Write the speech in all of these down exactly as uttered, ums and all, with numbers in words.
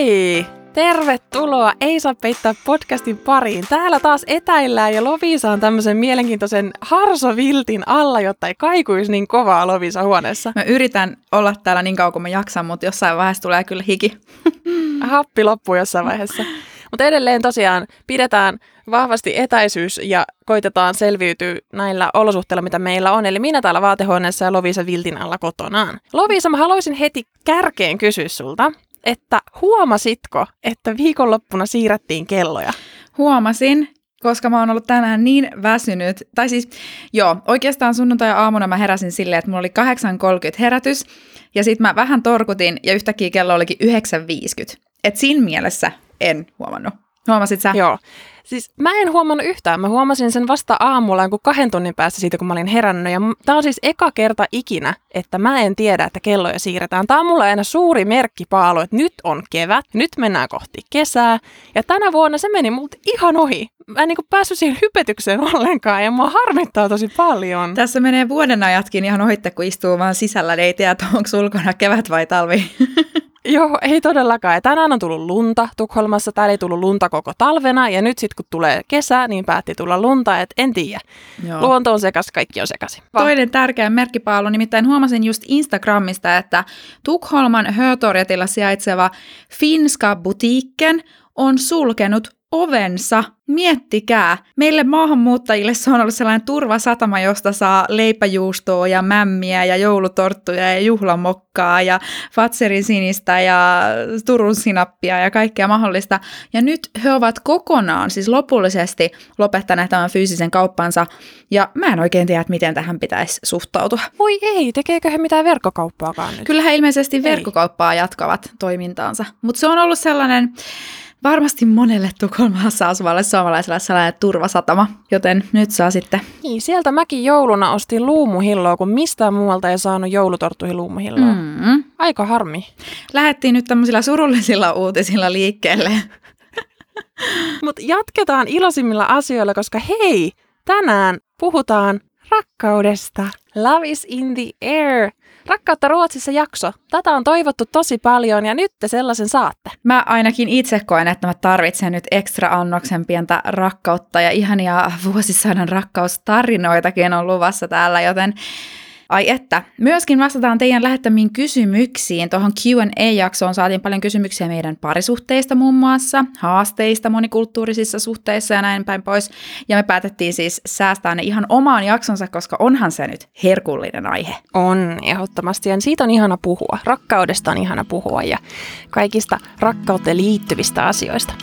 Hei! Tervetuloa Ei saa peittää podcastin pariin. Täällä taas etäillään ja Lovisa on tämmöisen mielenkiintoisen harsoviltin alla, jotta ei kaikuisi niin kovaa Lovisa huoneessa. Mä yritän olla täällä niin kauan kuin mä jaksan, mutta jossain vaiheessa tulee kyllä hiki. Happi loppuu jossain vaiheessa. Mutta edelleen tosiaan pidetään vahvasti etäisyys ja koitetaan selviytyä näillä olosuhteilla, mitä meillä on. Eli minä täällä vaatehuoneessa ja Lovisa viltin alla kotonaan. Lovisa, mä haluaisin heti kärkeen kysyä sulta, että huomasitko, että viikonloppuna siirrettiin kelloja? Huomasin, koska mä oon ollut tänään niin väsynyt. Tai siis, joo, oikeastaan sunnuntai-aamuna mä heräsin silleen, että mulla oli kahdeksan kolmekymmentä herätys, ja sit mä vähän torkutin, ja yhtäkkiä kello olikin yhdeksän viisikymmentä. Et siinä mielessä en huomannut. Huomasit sä? Joo. Siis mä en huomannut yhtään. Mä huomasin sen vasta aamulla kuin kahden tunnin päästä siitä, kun mä olin herännyt. Ja tää on siis eka kerta ikinä, että mä en tiedä, että kelloja siirretään. Tää on mulla aina suuri merkkipaalu, että nyt on kevät, nyt mennään kohti kesää. Ja tänä vuonna se meni multa ihan ohi. Mä en niinku päässyt siihen hypetykseen ollenkaan ja mua harmittaa tosi paljon. Tässä menee vuoden ajatkin ihan ohitte, kun istuu vaan sisällä, niin ei tiedä, onko ulkona kevät vai talvi. Joo, ei todellakaan. Ja tänään on tullut lunta Tukholmassa. Täällä ei tullut lunta koko talvena. Ja nyt sitten kun tulee kesä, niin päätti tulla lunta. Et en tiedä. Joo. Luonto on sekas, kaikki on sekaisin. Toinen tärkeä merkkipaalu. Nimittäin huomasin just Instagramista, että Tukholman Hötorgetilla sijaitseva Finska Butiken on sulkenut ovensa. Miettikää. Meille maahanmuuttajille se on ollut sellainen turvasatama, josta saa leipäjuustoa ja mämmiä ja joulutorttuja ja juhlamokkaa ja Fatserin sinistä ja Turun sinappia ja kaikkea mahdollista. Ja nyt he ovat kokonaan, siis lopullisesti lopettaneet tämän fyysisen kauppansa. Ja mä en oikein tiedä, että miten tähän pitäisi suhtautua. Voi ei, tekeekö he mitään verkkokauppaakaan nyt? Kyllä he ilmeisesti verkkokauppaa jatkavat toimintaansa. Mutta se on ollut sellainen... Varmasti monelle Tukholmassa asuvalle suomalaiselle sellainen turvasatama, joten nyt saa sitten. Niin, sieltä mäkin jouluna ostin luumuhilloa, kun mistään muualta ei saanut joulutorttuihin luumuhilloa. Mm. Aika harmi. Lähdettiin nyt tämmöisillä surullisilla uutisilla liikkeelle. Mutta jatketaan iloisimmilla asioilla, koska hei, tänään puhutaan rakkaudesta. Love is in the air. Rakkautta Ruotsissa jakso. Tätä on toivottu tosi paljon ja nyt te sellaisen saatte. Mä ainakin itse koen, että mä tarvitsen nyt ekstra annoksen pientä rakkautta ja ihania vuosisadan rakkaustarinoitakin on luvassa täällä, joten ai että. Myöskin vastataan teidän lähettämiin kysymyksiin. Tuohon Q and A-jaksoon saatiin paljon kysymyksiä meidän parisuhteista muun muassa, haasteista monikulttuurisissa suhteissa ja näin päin pois. Ja me päätettiin siis säästää ne ihan omaan jaksonsa, koska onhan se nyt herkullinen aihe. On, ehdottomasti. Ja siitä on ihana puhua. Rakkaudesta on ihana puhua ja kaikista rakkauteen liittyvistä asioista.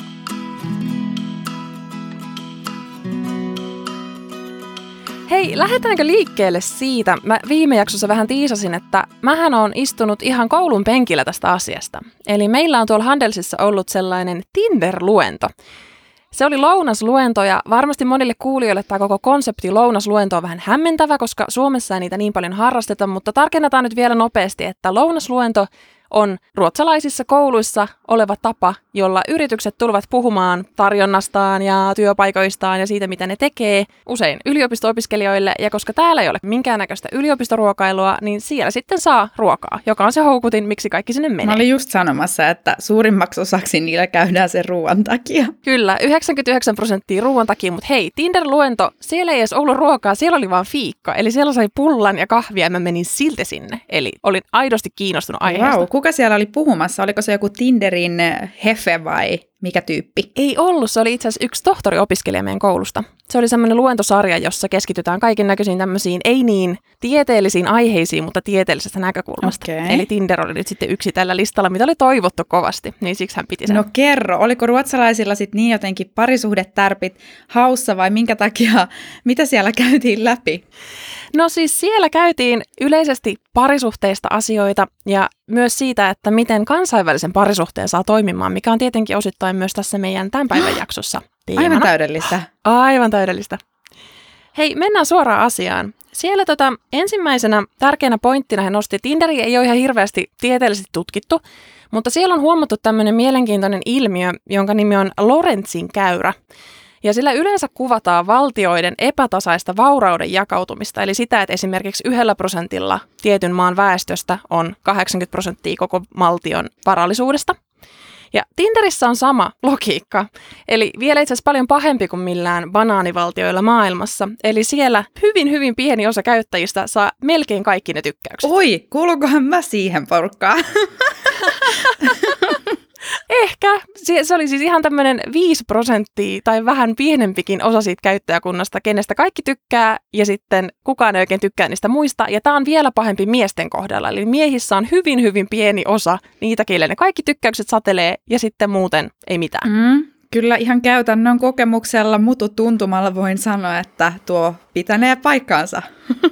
Hei, lähdetäänkö liikkeelle siitä? Mä viime jaksossa vähän tiisasin, että mähän on istunut ihan koulun penkillä tästä asiasta. Eli meillä on tuolla Handelsissa ollut sellainen Tinder-luento. Se oli lounasluento ja varmasti monille kuulijoille tämä koko konsepti lounasluento on vähän hämmentävä, koska Suomessa ei niitä niin paljon harrasteta, mutta tarkennetaan nyt vielä nopeasti, että lounasluento on ruotsalaisissa kouluissa oleva tapa, jolla yritykset tulevat puhumaan tarjonnastaan ja työpaikoistaan ja siitä, mitä ne tekee, usein yliopisto-opiskelijoille. Ja koska täällä ei ole minkäännäköistä yliopistoruokailua, niin siellä sitten saa ruokaa, joka on se houkutin, miksi kaikki sinne menee. Mä olin just sanomassa, että suurimmaksi osaksi niillä käydään sen ruoan takia. Kyllä, yhdeksänkymmentäyhdeksän prosenttia ruoan takia, mutta hei, Tinder-luento, siellä ei edes ollut ruokaa, siellä oli vaan fiikka. Eli siellä sai pullan ja kahvia ja mä menin silti sinne. Eli olin aidosti kiinnostunut aiheesta. Wow. Kuka siellä oli puhumassa? Oliko se joku Tinderin hefe vai mikä tyyppi? Ei ollut. Se oli itse asiassa yksi tohtoriopiskelija meidän koulusta. Se oli semmoinen luentosarja, jossa keskitytään kaiken näköisiin tämmöisiin, ei niin tieteellisiin aiheisiin, mutta tieteellisestä näkökulmasta. Okay. Eli Tinder oli nyt sitten yksi tällä listalla, mitä oli toivottu kovasti, niin siksi hän piti sen. No kerro, oliko ruotsalaisilla sitten niin jotenkin parisuhdetärpit haussa vai minkä takia, mitä siellä käytiin läpi? No siis siellä käytiin yleisesti parisuhteista asioita ja myös siitä, että miten kansainvälisen parisuhteen saa toimimaan, mikä on tietenkin osittain myös tässä meidän tämän päivän jaksossa teemana. Aivan täydellistä. Aivan täydellistä. Hei, mennään suoraan asiaan. Siellä tota, ensimmäisenä tärkeänä pointtina he nosti, Tinderi ei ole ihan hirveästi tieteellisesti tutkittu, mutta siellä on huomattu tämmöinen mielenkiintoinen ilmiö, jonka nimi on Lorenzin käyrä. Ja sillä yleensä kuvataan valtioiden epätasaista vaurauden jakautumista, eli sitä, että esimerkiksi yhdellä prosentilla tietyn maan väestöstä on kahdeksankymmentä prosenttia koko valtion varallisuudesta. Ja Tinderissä on sama logiikka, eli vielä itse asiassa paljon pahempi kuin millään banaanivaltioilla maailmassa. Eli siellä hyvin, hyvin pieni osa käyttäjistä saa melkein kaikki ne tykkäykset. Oi, kuuluukohan mä siihen porukkaan? Ehkä. Se oli siis ihan tämmöinen viisi prosenttia tai vähän pienempikin osa siitä käyttäjäkunnasta, kenestä kaikki tykkää ja sitten kukaan ei oikein tykkää niistä muista. Ja tämä on vielä pahempi miesten kohdalla. Eli miehissä on hyvin, hyvin pieni osa niitä, keille ne kaikki tykkäykset satelee ja sitten muuten ei mitään. Mm, kyllä ihan käytännön kokemuksella mututuntumalla voin sanoa, että tuo pitänee paikkaansa.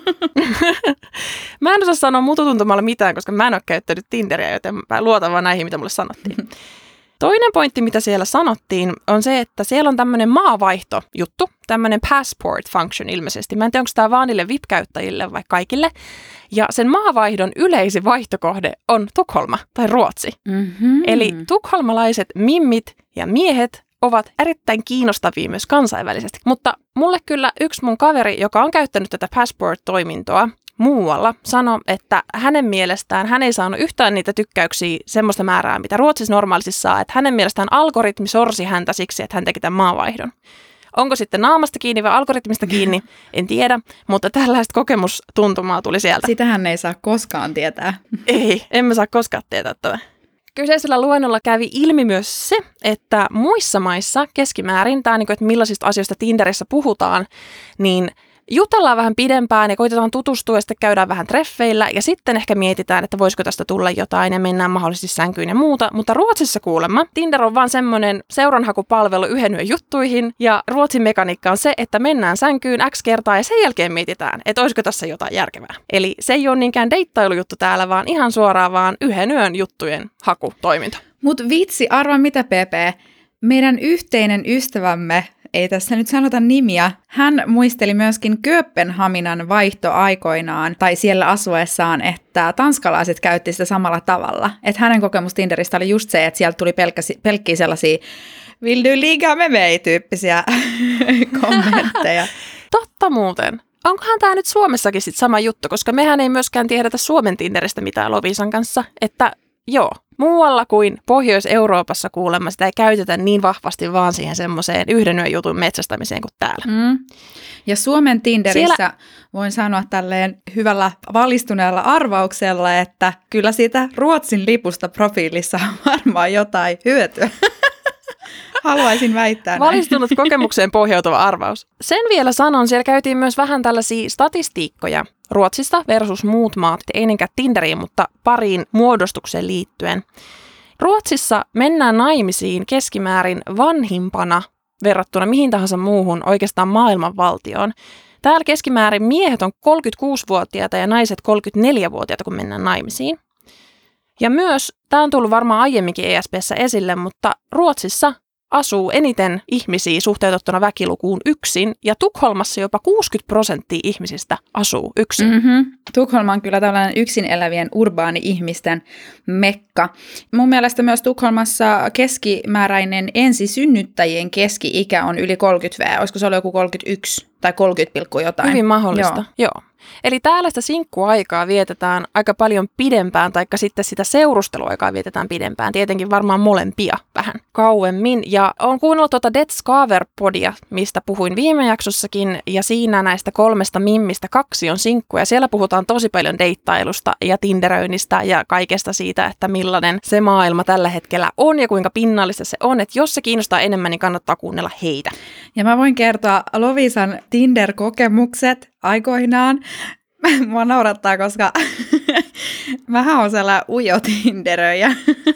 Mä en osaa sanoa mututuntumalla mitään, koska mä en ole käyttänyt Tinderiä, joten mä luotan vaan näihin, mitä mulle sanottiin. Toinen pointti, mitä siellä sanottiin, on se, että siellä on tämmöinen maavaihtojuttu, tämmöinen passport function ilmeisesti. Mä en tiedä, onko tämä vaan niille V I P-käyttäjille vai kaikille. Ja sen maavaihdon yleisin vaihtokohde on Tukholma tai Ruotsi. Mm-hmm. Eli tukholmalaiset mimmit ja miehet ovat erittäin kiinnostavia myös kansainvälisesti. Mutta mulle kyllä yksi mun kaveri, joka on käyttänyt tätä passport-toimintoa muualla, sanoi, että hänen mielestään hän ei saanut yhtään niitä tykkäyksiä semmoista määrää, mitä Ruotsissa normaalisti saa, että hänen mielestään algoritmi sorsi häntä siksi, että hän teki tämän maavaihdon. Onko sitten naamasta kiinni vai algoritmista kiinni, en tiedä, mutta tällaista kokemustuntumaa tuli sieltä. Sitähän ei saa koskaan tietää. Ei, emme saa koskaan tietää tätä. Kyseisellä luennolla kävi ilmi myös se, että muissa maissa keskimäärin, tämä, että millaisista asioista Tinderissä puhutaan, niin jutellaan vähän pidempään ja koitetaan tutustua ja sitten käydään vähän treffeillä ja sitten ehkä mietitään, että voisiko tästä tulla jotain ja mennään mahdollisesti sänkyyn ja muuta. Mutta Ruotsissa kuulemma Tinder on vaan semmoinen seuranhakupalvelu yhden yön juttuihin ja Ruotsin mekaniikka on se, että mennään sänkyyn X kertaa ja sen jälkeen mietitään, että olisiko tässä jotain järkevää. Eli se ei ole niinkään deittailujuttu täällä, vaan ihan suoraan vaan yhden yön juttujen hakutoiminta. Mut vitsi, arva mitä P P, meidän yhteinen ystävämme, ei tässä nyt sanota nimiä, hän muisteli myöskin Kööpenhaminan vaihtoaikoinaan tai siellä asuessaan, että tanskalaiset käytti sitä samalla tavalla. Että hänen kokemus Tinderistä oli just se, että sieltä tuli pelkkäsi, pelkkiä sellaisia vill du ligga med mig -tyyppisiä kommentteja. Totta muuten. Onkohan tämä nyt Suomessakin sit sama juttu, koska mehän ei myöskään tiedetä Suomen Tinderistä mitään Lovisan kanssa, että joo. Muualla kuin Pohjois-Euroopassa kuulemma sitä ei käytetä niin vahvasti vaan siihen semmoiseen yhden yön jutun metsästämiseen kuin täällä. Mm. Ja Suomen Tinderissä Siellä voin sanoa tälleen hyvällä valistuneella arvauksella, että kyllä siitä Ruotsin lipusta profiilissa on varmaan jotain hyötyä. Haluaisin väittää näin. Valistunut kokemukseen pohjautuva arvaus. Sen vielä sanon, siellä käytiin myös vähän tällaisia statistiikkoja Ruotsista versus muut maat, ei niinkään Tinderiin, mutta pariin muodostukseen liittyen. Ruotsissa mennään naimisiin keskimäärin vanhimpana verrattuna mihin tahansa muuhun oikeastaan maailmanvaltioon. Täällä keskimäärin miehet on kolmekymmentäkuusivuotiaita ja naiset kolmekymmentäneljävuotiaita, kun mennään naimisiin. Ja myös, tämä on tullut varmaan aiemminkin E S P:ssä esille, mutta Ruotsissa asuu eniten ihmisiä suhteutettuna väkilukuun yksin, ja Tukholmassa jopa kuusikymmentä prosenttia ihmisistä asuu yksin. Mm-hmm. Tukholma on kyllä tällainen yksin elävien urbaani-ihmisten mekka. Mun mielestä myös Tukholmassa keskimääräinen ensisynnyttäjien keski-ikä on yli kolmekymmentä vuotta. Olisiko se ollut joku kolmekymmentäyksi tai kolmekymmentä pilkku jotain? Hyvin mahdollista, joo. joo. Eli täällä sitä sinkkuaikaa vietetään aika paljon pidempään, taikka sitten sitä seurusteluaikaa vietetään pidempään. Tietenkin varmaan molempia vähän kauemmin. Ja olen kuunnellut tuota Det Skaver-podia, mistä puhuin viime jaksossakin, ja siinä näistä kolmesta mimmistä kaksi on sinkkuja. Siellä puhutaan tosi paljon deittailusta ja tinderöinnistä ja kaikesta siitä, että millainen se maailma tällä hetkellä on ja kuinka pinnallista se on. Että jos se kiinnostaa enemmän, niin kannattaa kuunnella heitä. Ja mä voin kertoa Lovisan Tinder-kokemukset aikoinaan. Mua naurattaa, koska mähän on sellainen ujo tinderöijä,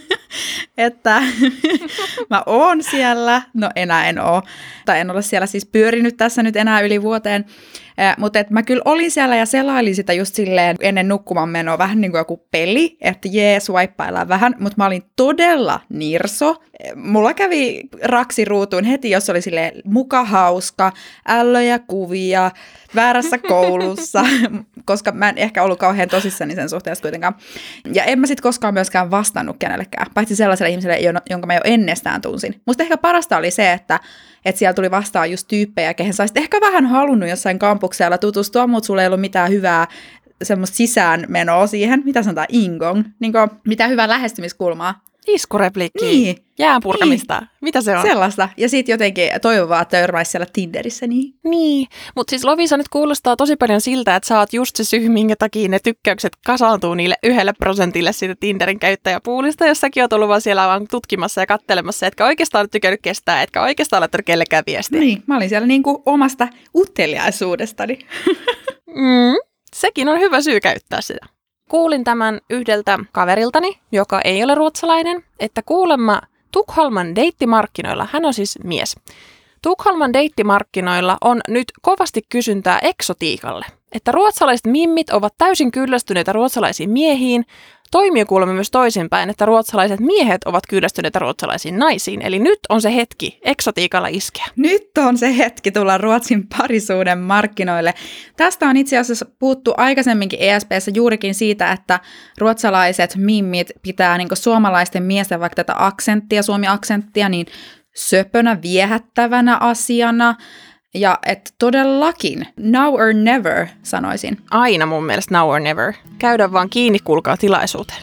että mä oon siellä, no enää en oo, tai en ole siellä siis pyörinyt tässä nyt enää yli vuoteen, eh, mutta et mä kyllä olin siellä ja selailin sitä just silleen ennen nukkumaan menoa vähän niin kuin joku peli, että jee, swipeaillaan vähän, mutta mä olin todella nirso. Mulla kävi raksiruutuun heti, jos oli silleen muka hauska, ällöjä kuvia, väärässä koulussa, koska mä en ehkä ollut kauhean tosissani sen suhteessa kuitenkaan. Ja en mä sit koskaan myöskään vastannut kenellekään, paitsi sellaiselle ihmiselle, jonka mä jo ennestään tunsin. Musta ehkä parasta oli se, että, että siellä tuli vastaan just tyyppejä, kehen sä olisit ehkä vähän halunnut jossain kampuksella tutustua, mutta sulla ei ollut mitään hyvää semmoista sisäänmenoa siihen, mitä sanotaan ingong, niin kuin, mitään hyvää lähestymiskulmaa. Iskurepliikki. Niin. Jään purkamista. Niin. Mitä se on? Sellaista. Ja sitten jotenkin toivovaa törmäisi siellä Tinderissä. Niin, niin. Mutta siis Lovisa nyt kuulostaa tosi paljon siltä, että sä oot just se syy, minkä takia ne tykkäykset kasaantuu niille yhdelle prosentille siitä Tinderin käyttäjäpuulista, jos säkin oot ollut vaan siellä vaan tutkimassa ja kattelemassa, etkä oikeastaan ole tykännyt kestää, etkä oikeastaan laittanut kellekään viestiä. Niin, mä olin siellä niinku omasta uteliaisuudestani. mm, sekin on hyvä syy käyttää sitä. Kuulin tämän yhdeltä kaveriltani, joka ei ole ruotsalainen, että kuulemma Tukholman deittimarkkinoilla, hän on siis mies, Tukholman deittimarkkinoilla on nyt kovasti kysyntää eksotiikalle, että ruotsalaiset mimmit ovat täysin kyllästyneitä ruotsalaisiin miehiin, toimii kuulemma myös toisinpäin, että ruotsalaiset miehet ovat kyllästyneitä ruotsalaisiin naisiin, eli nyt on se hetki eksotiikalla iskeä. Nyt on se hetki tulla Ruotsin parisuuden markkinoille. Tästä on itse asiassa puhuttu aikaisemminkin E S P:ssä juurikin siitä, että ruotsalaiset mimmit pitää niin kuin suomalaisten miesten vaikka tätä aksenttia, suomi-aksenttia, niin söpönä, viehättävänä asiana. Ja että todellakin, now or never, sanoisin. Aina mun mielestä now or never. Käydä vaan kiinni, kuulkaa tilaisuuteen.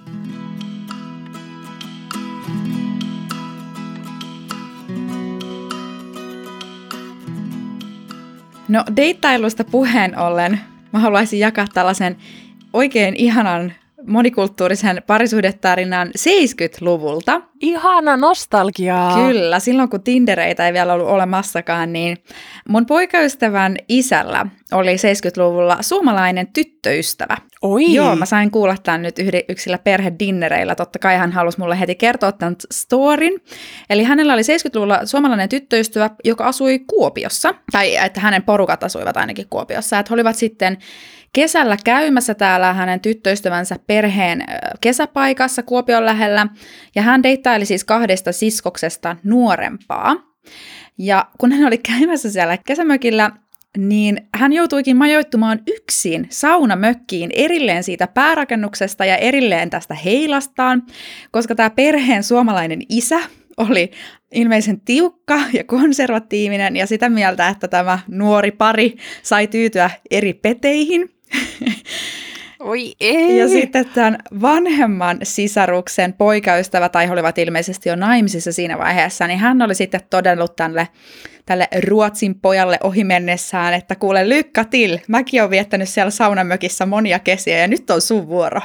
No deittailusta puheen ollen, mä haluaisin jakaa tällaisen oikein ihanan monikulttuurisen parisuhdetarinan seitsemänkymmentäluvulta. Ihana nostalgiaa. Kyllä, silloin kun Tindereitä ei vielä ollut olemassakaan, niin mun poikaystävän isällä oli seitsemänkymmentäluvulla suomalainen tyttöystävä. Oi. Joo, mä sain kuulla tämän nyt yksillä perhedinnereillä. Totta kai hän halusi mulle heti kertoa tämän storin. Eli hänellä oli seitsemänkymmentäluvulla suomalainen tyttöystävä, joka asui Kuopiossa. Tai että hänen porukat asuivat ainakin Kuopiossa. Että he olivat sitten kesällä käymässä täällä hänen tyttöystävänsä perheen kesäpaikassa Kuopion lähellä. Ja hän deittaili siis kahdesta siskoksesta nuorempaa. Ja kun hän oli käymässä siellä kesämökillä, niin hän joutuikin majoittumaan yksin saunamökkiin erilleen siitä päärakennuksesta ja erilleen tästä heilastaan, koska tämä perheen suomalainen isä oli ilmeisen tiukka ja konservatiivinen ja sitä mieltä, että tämä nuori pari sai tyytyä eri peteihin. Oi ei. Ja sitten tämän vanhemman sisaruksen poikaystävä, tai he olivat ilmeisesti jo naimisissa siinä vaiheessa, niin hän oli sitten todennut tälle, tälle Ruotsin pojalle ohi mennessään, että kuule lykkä til, mäkin olen viettänyt siellä saunamökissä monia kesiä ja nyt on sun vuoro.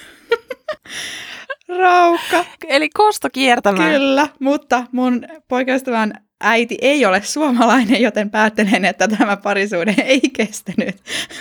Raukka. Eli kosto kiertämään. Kyllä, mutta mun poikaystävän äiti ei ole suomalainen, joten päättelen, että tämä parisuhde ei kestänyt.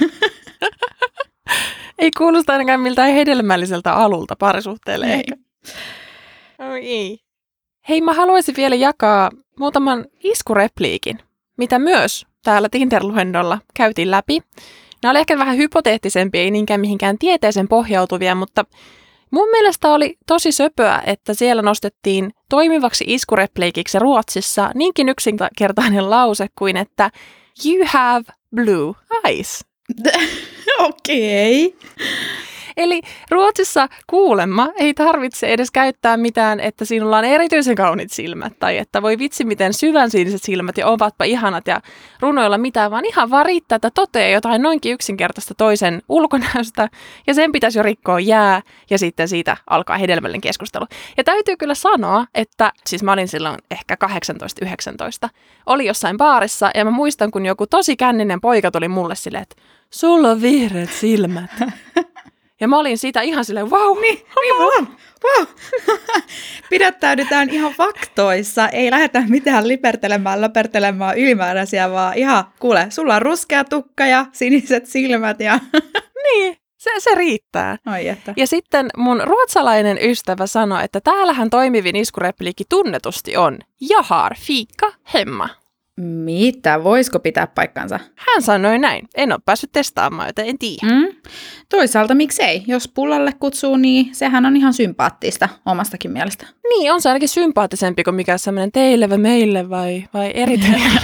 Ei kuulosta ainakaan miltään hedelmälliseltä alulta parisuhteelle ei. ehkä. Oi ei. Hei, mä haluaisin vielä jakaa muutaman iskurepliikin, mitä myös täällä Tinder-luennolla käytiin läpi. Nämä oli ehkä vähän hypoteettisempia, ei niinkään mihinkään tieteeseen pohjautuvia, mutta mun mielestä oli tosi söpöä, että siellä nostettiin toimivaksi iskurepliikiksi Ruotsissa niinkin yksinkertainen lause kuin, että you have blue eyes. Okei. Okay. Eli Ruotsissa kuulemma ei tarvitse edes käyttää mitään, että sinulla on erityisen kauniit silmät tai että voi vitsi miten syvän siniset silmät ja ovatpa ihanat ja runoilla mitään, vaan ihan vaan riittää, että toteaa jotain noinkin yksinkertaista toisen ulkonäöstä ja sen pitäisi jo rikkoa jää ja sitten siitä alkaa hedelmällinen keskustelu. Ja täytyy kyllä sanoa, että siis mä olin silloin ehkä kahdeksantoista yhdeksäntoista, oli jossain baarissa ja mä muistan, kun joku tosi känninen poika tuli mulle silleen, että sulla on vihreät silmät. Ja mä olin siitä ihan silleen, wow. Niin, niin wow. wow. Pidättäydytään ihan faktoissa. Ei lähdetä mitään lipertelemään, löpertelemään ylimääräisiä, vaan ihan, kuule, sulla on ruskea tukka ja siniset silmät. Ja niin, se, se riittää. Ai että. Ja sitten mun ruotsalainen ystävä sanoi, että täällähän toimivin iskurepliikki tunnetusti on jahar, fiikka, hemma. Mitä? Voisiko pitää paikkansa? Hän sanoi näin. En ole päässyt testaamaan, joten en tiedä. Mm. Toisaalta miksei? Jos pullalle kutsuu, niin sehän on ihan sympaattista omastakin mielestä. Niin, on se ainakin sympaattisempi kuin mikä semmoinen teille vai meille vai, vai eri teille.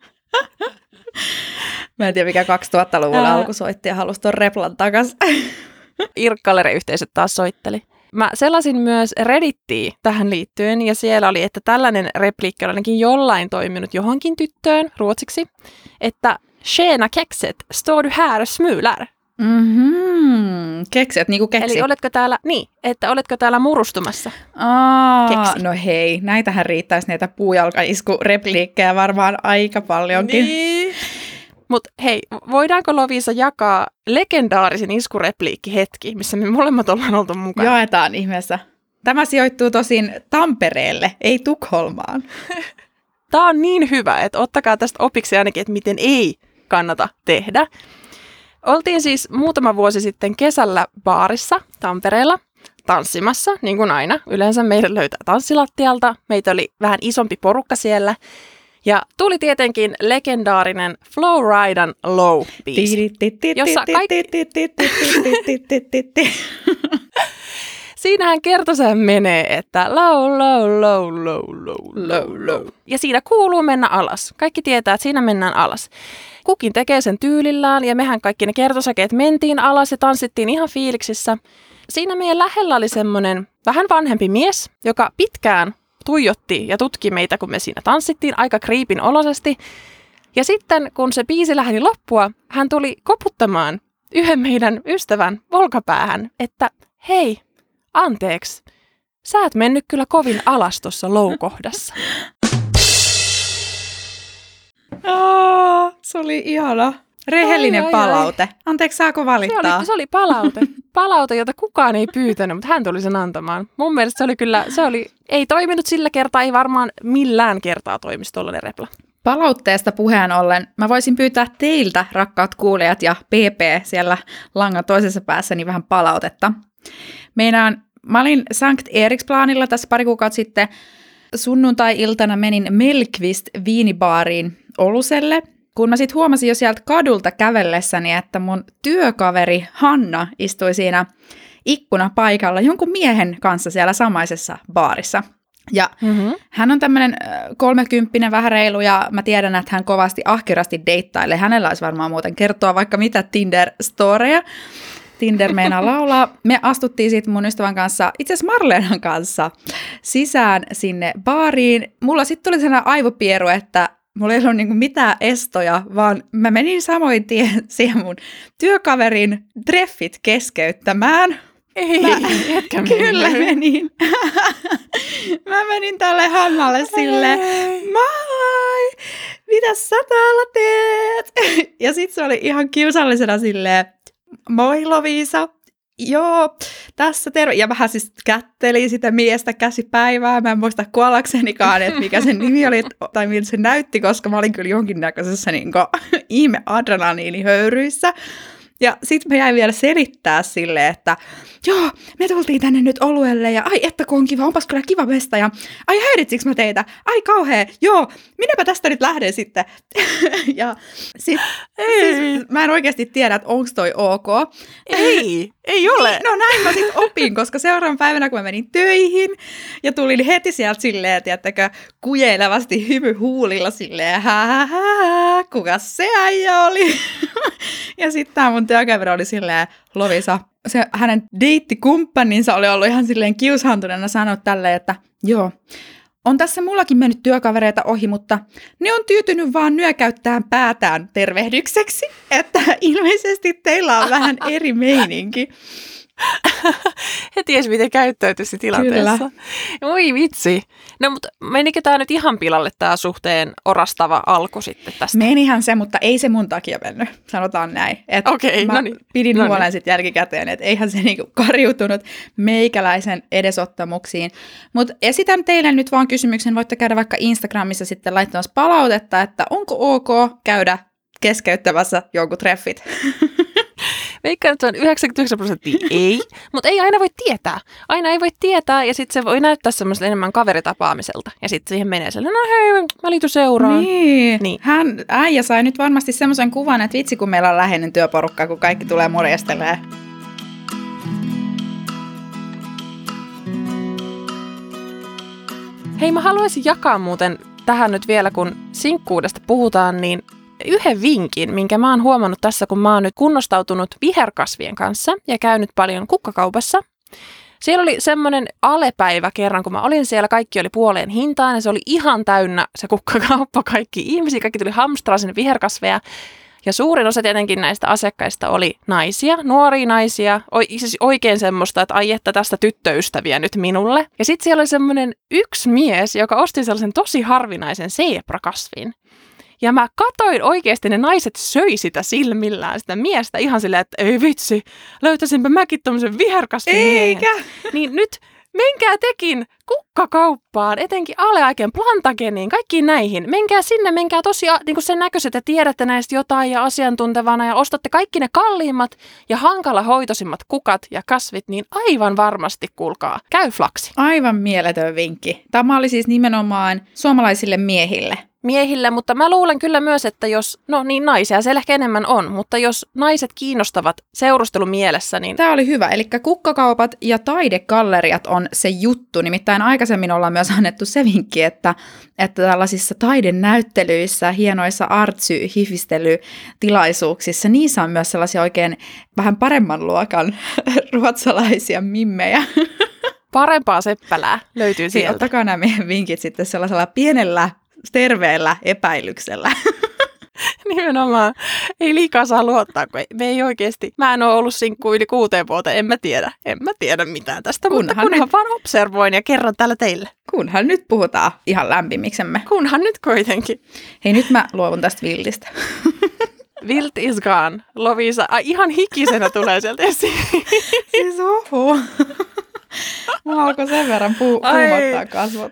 Mä en tiedä, mikä kaksituhattaluvulla alku soitti ja halusi ton replan takas. Irkkalere-yhteisöt taas soitteli. Mä selasin myös Reddittiä tähän liittyen, ja siellä oli, että tällainen repliikki on ainakin jollain toiminut johonkin tyttöön ruotsiksi, että tjena kexet, står du här och smular? Mhm, keksijät, niin kuin keksi. Eli oletko täällä, niin, että oletko täällä murustumassa? Aa, Keksi. no hei, näitähän riittäisi näitä puujalkaiskurepliikkejä varmaan aika paljonkin. Niin. Mutta hei, voidaanko Loviisa jakaa legendaarisin iskurepliikki hetki, missä me molemmat ollaan oltu mukana? Jaetaan ihmeessä. Tämä sijoittuu tosin Tampereelle, ei Tukholmaan. Tämä on niin hyvä, että ottakaa tästä opiksi ainakin, että miten ei kannata tehdä. Oltiin siis muutama vuosi sitten kesällä baarissa Tampereella tanssimassa, niin kuin aina. Yleensä meidän löytää tanssilattialta. Meitä oli vähän isompi porukka siellä. Ja tuli tietenkin legendaarinen Flow Ridan Low-biisi, jossa kaikki... Siinähän kertosähän menee, että low, low, low, low, low, low, low. Ja siinä kuuluu mennä alas. Kaikki tietää, että siinä mennään alas. Kukin tekee sen tyylillään ja mehän kaikki ne kertosäkeet mentiin alas ja tanssittiin ihan fiiliksissä. Siinä meidän lähellä oli semmoinen vähän vanhempi mies, joka pitkään tuijotti ja tutki meitä, kun me siinä tanssittiin aika kriipin olosesti. Ja sitten, kun se biisi lähti loppua, hän tuli koputtamaan yhden meidän ystävän olkapäähän, että hei, anteeksi, sä et mennyt kyllä kovin alas tuossa low-kohdassa. Oh, se oli ihana. Rehellinen ai, ai, palaute. Ai. Anteeksi, saako valittaa? Se oli, se oli palaute. Palaute, jota kukaan ei pyytänyt, mutta hän tuli sen antamaan. Mun mielestä se oli kyllä, se oli, ei toiminut sillä kertaa, ei varmaan millään kertaa toimisi tuollainen repla. Palautteesta puheen ollen, mä voisin pyytää teiltä, rakkaat kuulijat ja P P siellä langan toisessa päässä, niin vähän palautetta. Meidän, mä olin Sankt Eriksplanilla tässä pari kuukautta sitten. Sunnuntai-iltana menin Melqvist viinibaariin Oluselle, kun mä sitten huomasin jo sieltä kadulta kävellessäni, että mun työkaveri Hanna istui siinä ikkunapaikalla jonkun miehen kanssa siellä samaisessa baarissa. Ja mm-hmm. hän on tämmöinen kolmekymppinen vähän reilu ja mä tiedän, että hän kovasti ahkerasti deittailee. Hänellä olisi varmaan muuten kertoa vaikka mitä Tinder-storeja. Tinder meinaa laulaa. Me astuttiin sitten mun ystävän kanssa, itse asiassa Marleenan kanssa, sisään sinne baariin. Mulla sitten tuli sellainen aivopieru, että mulla ei ollut niinku mitään estoja, vaan mä menin samoin tien siihen mun työkaverin treffit keskeyttämään. Ei, mä, etkä kyllä menin. Mä menin tälle Hannalle silleen, moi, mitäs sä täällä teet? Ja sit se oli ihan kiusallisena silleen, moi Loviisa, joo, tässä terve. Ja vähän siis kätteli sitä miestä käsipäivää. Mä en muista kuollaksenikaan, että mikä sen nimi oli, tai miltä se näytti, koska mä olin kyllä jonkinnäköisessä niin kuin ihme adrenaliinihöyryissä. Ja sit mä jäin vielä selittää silleen, että joo, me tultiin tänne nyt oluelle ja ai että kun on kiva, onpas kyllä kiva mesta ja ai häiritsikö mä teitä? Ai kauhea, joo, minäpä tästä nyt lähden sitten. ja sit, siis mä en oikeasti tiedä, että onko toi ok. Ei, ei ole. Niin, no näin mä sit opin, koska seuraavan päivänä kun mä menin töihin ja tulin heti sieltä silleen, tiedättekö, kujeilevasti hymy huulilla silleen, hää, hää, kuka se äijä oli? ja sitten tää mun työkaveri oli silleen, Loviisa, se hänen deittikumppaninsa oli ollut ihan silleen kiusaantuneena sanoa tälleen, että joo, on tässä mullakin mennyt työkavereita ohi, mutta ne on tyytynyt vaan nyökäyttämään päätään tervehdykseksi, että ilmeisesti teillä on vähän eri meininki. He tiesi, miten käyttäytyisi tilanteessa. Kyllä. Oi vitsi. No, mutta menikö tämä nyt ihan pilalle tämä suhteen orastava alku sitten tästä? Menihän se, mutta ei se mun takia mennyt, sanotaan näin. Okei, okay, no niin. Pidin no huolen niin. sitten jälkikäteen, että eihän se niinku karjutunut meikäläisen edesottamuksiin. Mutta esitän teille nyt vaan kysymyksen, voitte käydä vaikka Instagramissa sitten laittamassa palautetta, että onko ok käydä keskeyttämässä jonkun treffit. Veikkaan, että se on yhdeksänkymmentäyhdeksän prosenttia ei, mutta ei aina voi tietää. Aina ei voi tietää ja sitten se voi näyttää semmoista enemmän kaveritapaamiselta. Ja sitten siihen menee sellainen, no hei, mä liityn seuraan. Niin. niin. Hän, äijä sai nyt varmasti semmoisen kuvan, että vitsi kun meillä on läheinen työporukka, kun kaikki tulee morjestelee. Hei, mä haluaisin jakaa muuten tähän nyt vielä, kun sinkkuudesta puhutaan, niin yhden vinkin, minkä mä oon huomannut tässä, kun mä oon nyt kunnostautunut viherkasvien kanssa ja käynyt paljon kukkakaupassa. Siellä oli semmoinen alepäivä kerran, kun mä olin siellä, kaikki oli puoleen hintaan ja se oli ihan täynnä se kukkakauppa, kaikki ihmisiä, kaikki tuli hamstraa sinne viherkasveja. Ja suurin osa tietenkin näistä asiakkaista oli naisia, nuoria naisia, o- siis oikein semmoista, että ai että tästä tyttöystäviä nyt minulle. Ja sitten siellä oli semmoinen yksi mies, joka osti sellaisen tosi harvinaisen seeprakasvin. Ja mä katoin oikeasti, ne naiset söi sitä silmillään, sitä miestä ihan silleen, että ei vitsi, löytäisinpä mäkin tommosen viherkasvin. Eikä! Niin nyt menkää tekin kukkakauppaan, etenkin Aleaiken, Plantageniin, kaikkiin näihin. Menkää sinne, menkää tosi niin sen näköiset, että tiedätte näistä jotain ja asiantuntevana ja ostatte kaikki ne kalliimmat ja hankalahoitoisimmat kukat ja kasvit, niin aivan varmasti, kuulkaa, käy flaksi. Aivan mieletön vinkki. Tämä oli siis nimenomaan suomalaisille miehille. Miehille, mutta mä luulen kyllä myös, että jos, no niin naisia siellä ehkä enemmän on, mutta jos naiset kiinnostavat seurustelun mielessä, niin... Tämä oli hyvä, eli kukkakaupat ja taidegalleriat on se juttu, nimittäin aikaisemmin ollaan myös annettu se vinkki, että, että tällaisissa taidenäyttelyissä, hienoissa artsy-hifistelytilaisuuksissa, niissä on myös sellaisia oikein vähän paremman luokan ruotsalaisia mimmejä. Parempaa seppälää löytyy sieltä. Ottakaa nämä meidän vinkit sitten sellaisella pienellä terveellä epäilyksellä. Nimenomaan. Ei liikaa saa luottaa, kun ei, me ei oikeasti. Mä en ole ollut sinkku yli kuuteen vuoteen, en mä tiedä. En mä tiedä mitään tästä, kunhan mutta kunhan nyt, vaan observoin ja kerron täällä teille. Kunhan nyt puhutaan ihan lämpimiksemme. Kunhan nyt kuitenkin. Hei, nyt mä luovun tästä villistä. Wild is gone. Lovisa, ai, ihan hikisenä tulee sieltä esiin. Siis oho. Mulla alkoi sen verran puu- kuumottaa kasvot.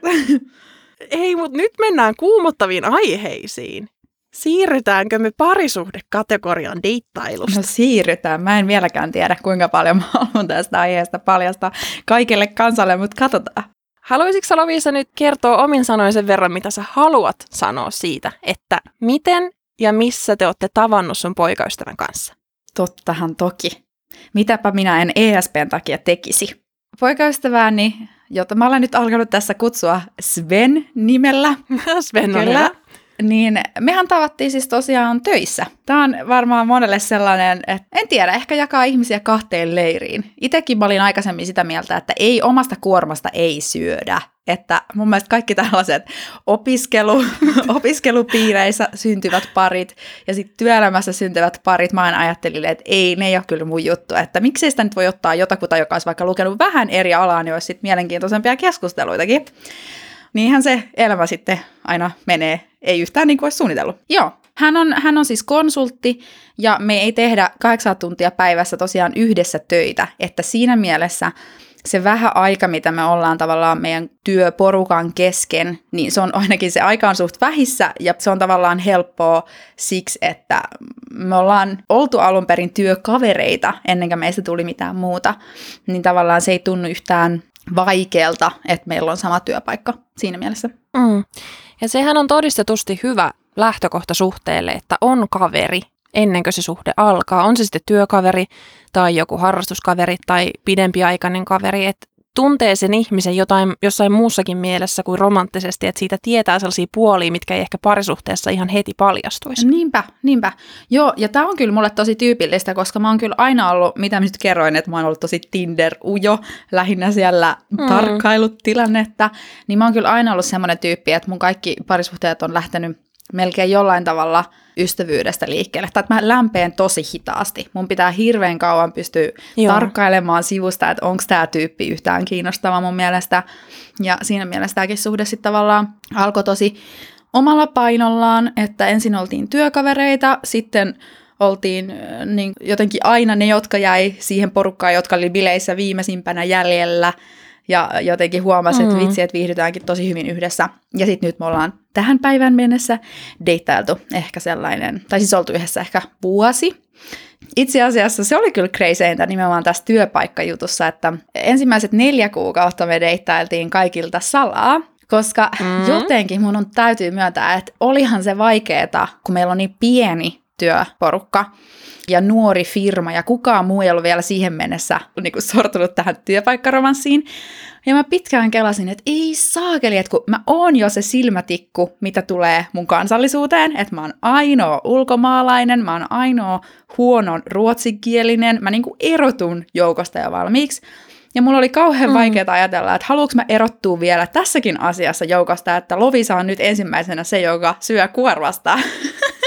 Ei, mutta nyt mennään kuumottaviin aiheisiin. Siirrytäänkö me parisuhdekategorian deittailusta? No siirrytään. Mä en vieläkään tiedä, kuinka paljon mä haluan tästä aiheesta paljastaa kaikille kansalle, mutta katsotaan. Haluaisitko sä, Lovisa, nyt kertoa omin sanoin sen verran, mitä sä haluat sanoa siitä, että miten ja missä te olette tavannut sun poikaystävän kanssa? Tottahan toki. Mitäpä minä en E S P:n takia tekisi. Poikaystävääni, jota mä olen nyt alkanut tässä kutsua Sven nimellä. Sven on Kyllä. hyvä. Niin mehän tavattiin siis tosiaan töissä. Tämä on varmaan monelle sellainen, että en tiedä, ehkä jakaa ihmisiä kahteen leiriin. Itsekin mä olin aikaisemmin sitä mieltä, että ei omasta kuormasta ei syödä. Että mun mielestä kaikki tällaiset opiskelu, opiskelupiireissä syntyvät parit ja sitten työelämässä syntyvät parit, mä aina ajattelin, että ei, ne ei ole kyllä mun juttu. Että miksei sitä nyt voi ottaa jotakuta, joka olisi vaikka lukenut vähän eri alaa, niin olisi sitten mielenkiintoisempia keskusteluitakin. Niinhän se elämä sitten aina menee, ei yhtään niin kuin olisi suunnitellut. Joo, hän on, hän on siis konsultti ja me ei tehdä kahdeksan tuntia päivässä tosiaan yhdessä töitä, että siinä mielessä se vähän aika, mitä me ollaan tavallaan meidän työporukan kesken, niin se on ainakin se aika on suht vähissä ja se on tavallaan helppoa siksi, että me ollaan oltu alun perin työkavereita ennen kuin meistä tuli mitään muuta, niin tavallaan se ei tunnu yhtään vaikealta, että meillä on sama työpaikka siinä mielessä. Mm. Ja sehän on todistetusti hyvä lähtökohta suhteelle, että on kaveri ennen kuin se suhde alkaa. On se sitten työkaveri tai joku harrastuskaveri tai pidempiaikainen kaveri, että tuntee sen ihmisen jotain, jossain muussakin mielessä kuin romanttisesti, että siitä tietää sellaisia puolia, mitkä ei ehkä parisuhteessa ihan heti paljastuisi. Niinpä, niinpä. Joo, ja tämä on kyllä mulle tosi tyypillistä, koska mä oon kyllä aina ollut, mitä mä nyt kerroin, että mä oon ollut tosi Tinder-ujo, lähinnä siellä mm. tarkkailut tilannetta, niin mä oon kyllä aina ollut semmoinen tyyppi, että mun kaikki parisuhteet on lähtenyt melkein jollain tavalla ystävyydestä liikkeelle. Tai että mä lämpeen tosi hitaasti. Mun pitää hirveän kauan pystyä Joo. tarkkailemaan sivusta, että onko tämä tyyppi yhtään kiinnostava mun mielestä. Ja siinä mielessä tämäkin suhde sitten tavallaan alkoi tosi omalla painollaan, että ensin oltiin työkavereita, sitten oltiin niin jotenkin aina ne, jotka jäi siihen porukkaan, jotka oli bileissä viimeisimpänä jäljellä. Ja jotenkin huomasin, että vitsi, että viihdytäänkin tosi hyvin yhdessä. Ja sitten nyt me ollaan tähän päivään mennessä deittailtu ehkä sellainen, tai siis oltu yhdessä ehkä vuosi. Itse asiassa se oli kyllä crazeintä nimenomaan tässä työpaikkajutussa, että ensimmäiset neljä kuukautta me deittailtiin kaikilta salaa, koska mm. jotenkin mun on täytyy myöntää, että olihan se vaikeeta, kun meillä on niin pieni työporukka ja nuori firma, ja kukaan muu ei ollut vielä siihen mennessä niin kuin sortunut tähän työpaikkaromanssiin. Ja mä pitkään kelasin, että ei saakeli, että kun mä oon jo se silmätikku, mitä tulee mun kansallisuuteen, että mä oon ainoa ulkomaalainen, mä oon ainoa huonon ruotsikielinen, mä niin kuin erotun joukosta jo valmiiksi. Ja mulla oli kauhean mm. vaikeaa ajatella, että haluanko mä erottua vielä tässäkin asiassa joukosta, että Lovisa on nyt ensimmäisenä se, joka syö kuorvasta.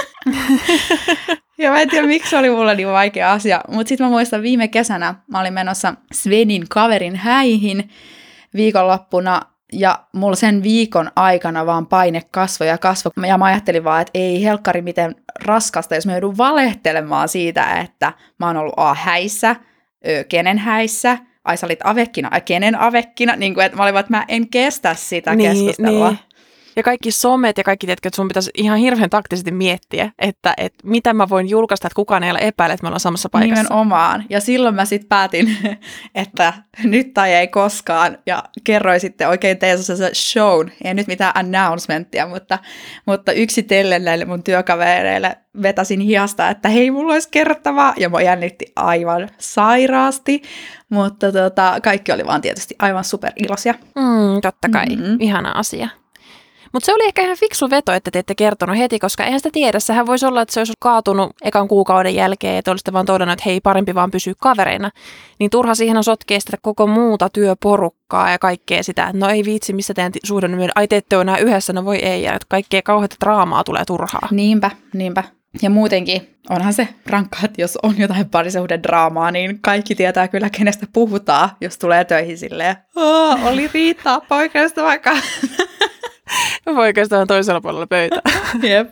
Ja mä en tiedä, miksi se oli mulle niin vaikea asia. Mutta sitten mä muistan viime kesänä, mä olin menossa Svenin kaverin häihin viikonloppuna. Ja mulla sen viikon aikana vaan paine kasvoi ja kasvoi. Ja mä ajattelin vaan, että ei helkkari miten raskasta, jos mä joudun valehtelemaan siitä, että mä oon ollut A häissä, ö, kenen häissä, ai sä olit avekkina, ai kenen avekkina. Niin kuin, että mä olin vaan, että mä en kestä sitä niin, keskustelua. Niin. Ja kaikki somet ja kaikki, tiedätkö, että sun pitäisi ihan hirveän taktisesti miettiä, että, että mitä mä voin julkaista, että kukaan ei ole epäile, että me ollaan samassa paikassa. Nimenomaan. Ja silloin mä sitten päätin, että nyt tai ei koskaan. Ja kerroin sitten oikein tein se shown. Ei nyt mitään announcementtia, mutta, mutta yksitellen näille mun työkavereille vetäsin hiasta, että hei, mulla olisi kerrottavaa. Ja mä jännitti aivan sairaasti. Mutta tota, kaikki oli vaan tietysti aivan superiloisia. Mm, totta kai. Mm-hmm. Ihana asia. Mutta se oli ehkä ihan fiksu veto, että te ette kertonut heti, koska eihän sitä tiedä. Sehän voisi olla, että se olisi kaatunut ekan kuukauden jälkeen, että olisitte vaan todennut, että hei, parempi vaan pysyä kavereina. Niin turha siihen on sotkea sitä koko muuta työporukkaa ja kaikkea sitä, että no ei viitsi, missä teidän suhde on, ai te ette ole enää yhdessä, no voi ei, ja että kaikkea kauheata draamaa tulee turhaa. Niinpä, niinpä. Ja muutenkin onhan se rankkaa, että jos on jotain parisuhdedraamaa, niin kaikki tietää kyllä, kenestä puhutaan, jos tulee töihin silleen, oli Riitta, poikaista vaikka. Poikaista on toisella puolella pöytä. Jep.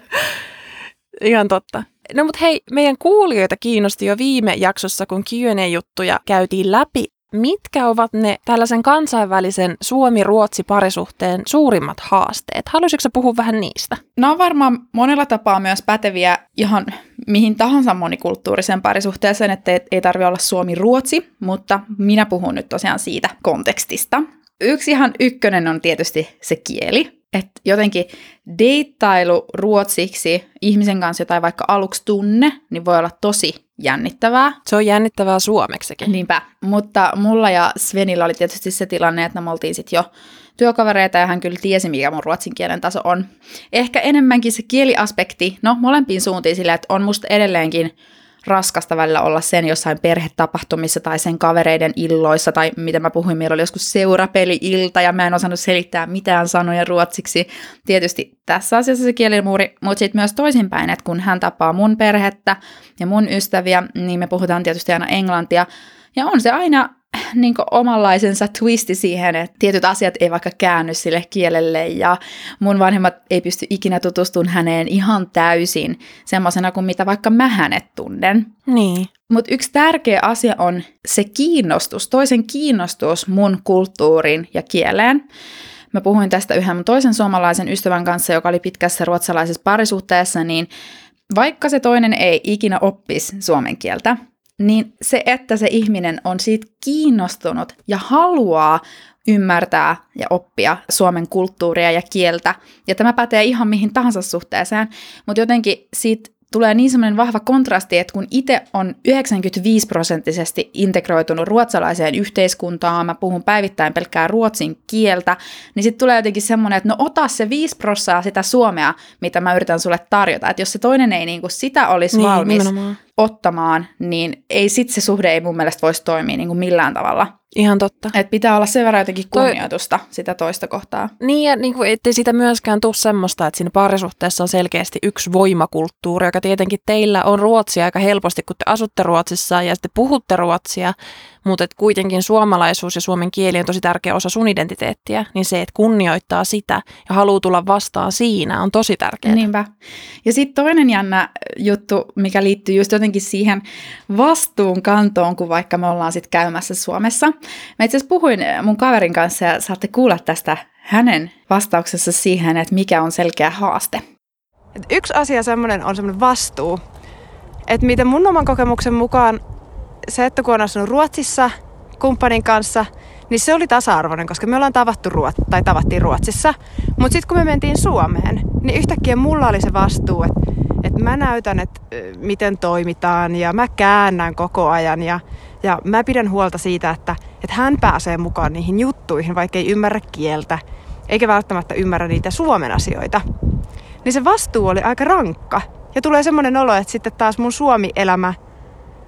Ihan totta. No mut hei, meidän kuulijoita kiinnosti jo viime jaksossa, kun Q and A-juttuja käytiin läpi. Mitkä ovat ne tällaisen kansainvälisen Suomi-Ruotsi-parisuhteen suurimmat haasteet? Haluaisitko sä puhua vähän niistä? No on varmaan monella tapaa myös päteviä ihan mihin tahansa monikulttuuriseen parisuhteeseen, että ei tarvitse olla Suomi-Ruotsi, mutta minä puhun nyt tosiaan siitä kontekstista. Yksi ihan ykkönen on tietysti se kieli. Että jotenkin deittailu ruotsiksi ihmisen kanssa, jota ei vaikka aluksi tunne, niin voi olla tosi jännittävää. Se on jännittävää suomeksikin. Niinpä, mutta mulla ja Svenillä oli tietysti se tilanne, että me oltiin sitten jo työkavereita ja hän kyllä tiesi, mikä mun ruotsin kielen taso on. Ehkä enemmänkin se kieliaspekti, no molempiin suuntiin silleen, että on musta edelleenkin raskasta välillä olla sen jossain perhetapahtumissa tai sen kavereiden illoissa, tai mitä mä puhuin, meillä oli joskus seurapeli-ilta, ja mä en osannut selittää mitään sanoja ruotsiksi. Tietysti tässä asiassa se kielimuuri, mutta sitten myös toisinpäin, että kun hän tapaa mun perhettä ja mun ystäviä, niin me puhutaan tietysti aina englantia, ja on se aina niin kuin omanlaisensa twisti siihen, että tietyt asiat ei vaikka käänny sille kielelle ja mun vanhemmat ei pysty ikinä tutustumaan häneen ihan täysin semmoisena kuin mitä vaikka mä hänet tunnen. Niin. Mutta yksi tärkeä asia on se kiinnostus, toisen kiinnostus mun kulttuuriin ja kieleen. Mä puhuin tästä yhden mun toisen suomalaisen ystävän kanssa, joka oli pitkässä ruotsalaisessa parisuhteessa, niin vaikka se toinen ei ikinä oppisi suomen kieltä, niin se, että se ihminen on siitä kiinnostunut ja haluaa ymmärtää ja oppia suomen kulttuuria ja kieltä, ja tämä pätee ihan mihin tahansa suhteeseen, mutta jotenkin siitä tulee niin semmoinen vahva kontrasti, että kun itse on yhdeksänkymmentäviisi prosenttisesti integroitunut ruotsalaiseen yhteiskuntaan, mä puhun päivittäin pelkkää ruotsin kieltä, niin sitten tulee jotenkin semmoinen, että no ota se viisi prosenttia sitä suomea, mitä mä yritän sulle tarjota, että jos se toinen ei niinku sitä olisi niin, valmis nimenomaan ottamaan, niin ei sit se suhde ei mun mielestä voisi toimia niinku millään tavalla. Ihan totta. Et pitää olla sen verran jotenkin kunnioitusta Toi... sitä toista kohtaa. Niin, ja niin kuin, ettei siitä myöskään tule semmoista, että siinä parisuhteessa on selkeästi yksi voimakulttuuri, joka tietenkin teillä on ruotsia aika helposti, kun te asutte Ruotsissa ja sitten puhutte ruotsia, mutta et kuitenkin suomalaisuus ja suomen kieli on tosi tärkeä osa sun identiteettiä, niin se, että kunnioittaa sitä ja haluaa tulla vastaan siinä, on tosi tärkeää. Niinpä. Ja sitten toinen jännä juttu, mikä liittyy just jotenkin siihen vastuunkantoon, kun vaikka me ollaan sitten käymässä Suomessa. Mä itse asiassa puhuin mun kaverin kanssa ja saatte kuulla tästä hänen vastauksessa siihen, että mikä on selkeä haaste. Et yksi asia semmoinen on semmoinen vastuu, että mitä mun oman kokemuksen mukaan se, että kun on asunut Ruotsissa kumppanin kanssa, niin se oli tasa-arvoinen, koska me ollaan tavattu Ruot- tai tavattiin Ruotsissa. Mutta sitten kun me mentiin Suomeen, niin yhtäkkiä mulla oli se vastuu, että et mä näytän, että miten toimitaan ja mä käännän koko ajan ja, ja mä pidän huolta siitä, että et hän pääsee mukaan niihin juttuihin, vaikka ei ymmärrä kieltä, eikä välttämättä ymmärrä niitä Suomen asioita. Niin se vastuu oli aika rankka. Ja tulee semmoinen olo, että sitten taas mun Suomi-elämä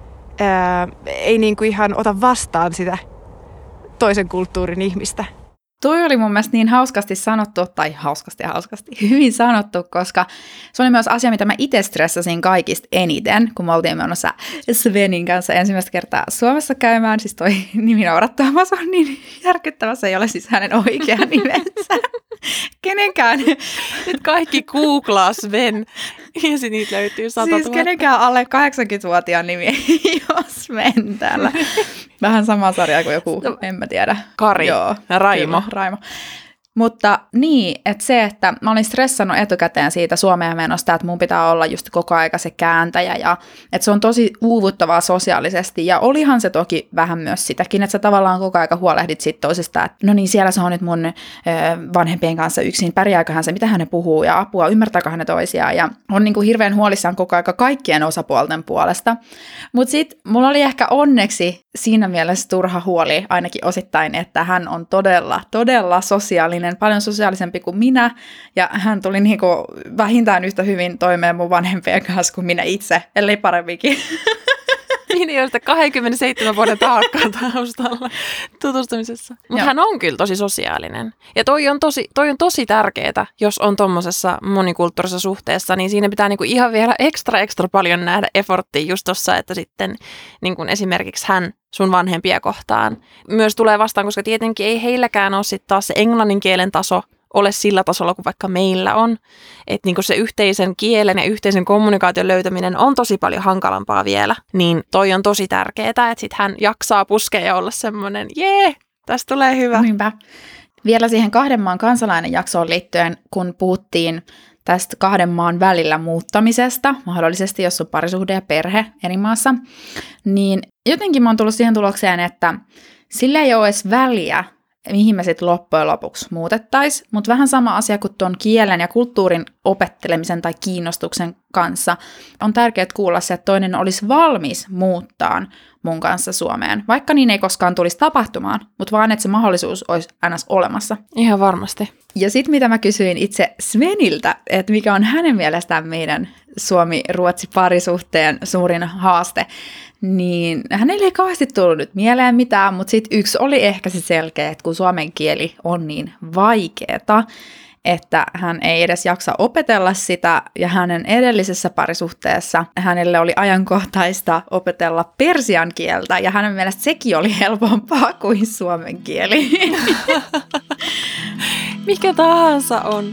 ää, ei niinku ihan ota vastaan sitä toisen kulttuurin ihmistä. Toi oli mun mielestä niin hauskasti sanottu, tai hauskasti ja hauskasti, hyvin sanottu, koska se oli myös asia, mitä mä itse stressasin kaikista eniten, kun me oltiin menossa Svenin kanssa ensimmäistä kertaa Suomessa käymään. Siis toi nimi naurattaa, mä se on niin järkyttävä, se ei ole siis hänen oikea nimensä. Kenenkään. Nyt kaikki googlaa Sven, ja sitten niitä löytyy sata tuhatta. Siis kenenkään alle kahdeksankymmentävuotiaan nimi ei ole Sven täällä. Vähän sama sarja kuin joku, en mä tiedä. Kari Joo, ja Raimo. Kyllä, Raimo. Mutta niin, että se, että mä olin stressannut etukäteen siitä Suomeen menosta, että mun pitää olla just koko aika se kääntäjä ja että se on tosi uuvuttavaa sosiaalisesti ja olihan se toki vähän myös sitäkin, että sä tavallaan koko aika huolehdit siitä toisesta, että no niin, siellä se on nyt mun ö, vanhempien kanssa yksin, pärjääköhän se, mitä hän puhuu ja apua, ymmärtääkö hän toisiaan ja on niin kuin hirveän huolissaan koko aika kaikkien osapuolten puolesta. Mutta sitten mulla oli ehkä onneksi siinä mielessä turha huoli ainakin osittain, että hän on todella, todella sosiaalinen, paljon sosiaalisempi kuin minä, ja hän tuli niinku vähintään yhtä hyvin toimeen mun vanhempien kanssa kuin minä itse, ellei paremminkin. Niin ei ole sitä kaksikymmentäseitsemän vuoden taakkaa taustalla tutustumisessa. Mutta hän on kyllä tosi sosiaalinen. Ja toi on tosi, toi on tosi tärkeää, jos on tommosessa monikulttuurisessa suhteessa, niin siinä pitää niinku ihan vielä ekstra ekstra paljon nähdä efforttia just tossa, että sitten niinku esimerkiksi hän sun vanhempia kohtaan myös tulee vastaan, koska tietenkin ei heilläkään ole sitten taas se englannin kielen taso ole sillä tasolla kuin vaikka meillä on. Että niinku se yhteisen kielen ja yhteisen kommunikaation löytäminen on tosi paljon hankalampaa vielä. Niin toi on tosi tärkeää, että sit hän jaksaa puskea ja olla semmoinen, jee, tästä tulee hyvä. Niinpä. Vielä siihen kahden maan kansalainen jaksoon liittyen, kun puhuttiin tästä kahden maan välillä muuttamisesta, mahdollisesti jos on parisuhde ja perhe eri maassa, niin jotenkin mä oon tullut siihen tulokseen, että sillä ei ole edes väliä, mihin me sitten loppujen lopuksi muutettaisiin, mutta vähän sama asia kuin tuon kielen ja kulttuurin opettelemisen tai kiinnostuksen kanssa. On tärkeää kuulla se, että toinen olisi valmis muuttaa mun kanssa Suomeen, vaikka niin ei koskaan tulisi tapahtumaan, mutta vaan, että se mahdollisuus olisi aina olemassa. Ihan varmasti. Ja sitten mitä mä kysyin itse Sveniltä, että mikä on hänen mielestään meidän Suomi-Ruotsi-parisuhteen suurin haaste, niin hänelle ei kauheasti tullut nyt mieleen mitään, mutta sitten yksi oli ehkä se selkeä, että kun suomen kieli on niin vaikeeta, että hän ei edes jaksa opetella sitä, ja hänen edellisessä parisuhteessa hänelle oli ajankohtaista opetella persian kieltä, ja hänen mielestä sekin oli helpompaa kuin suomen kieli. Mikä tahansa on.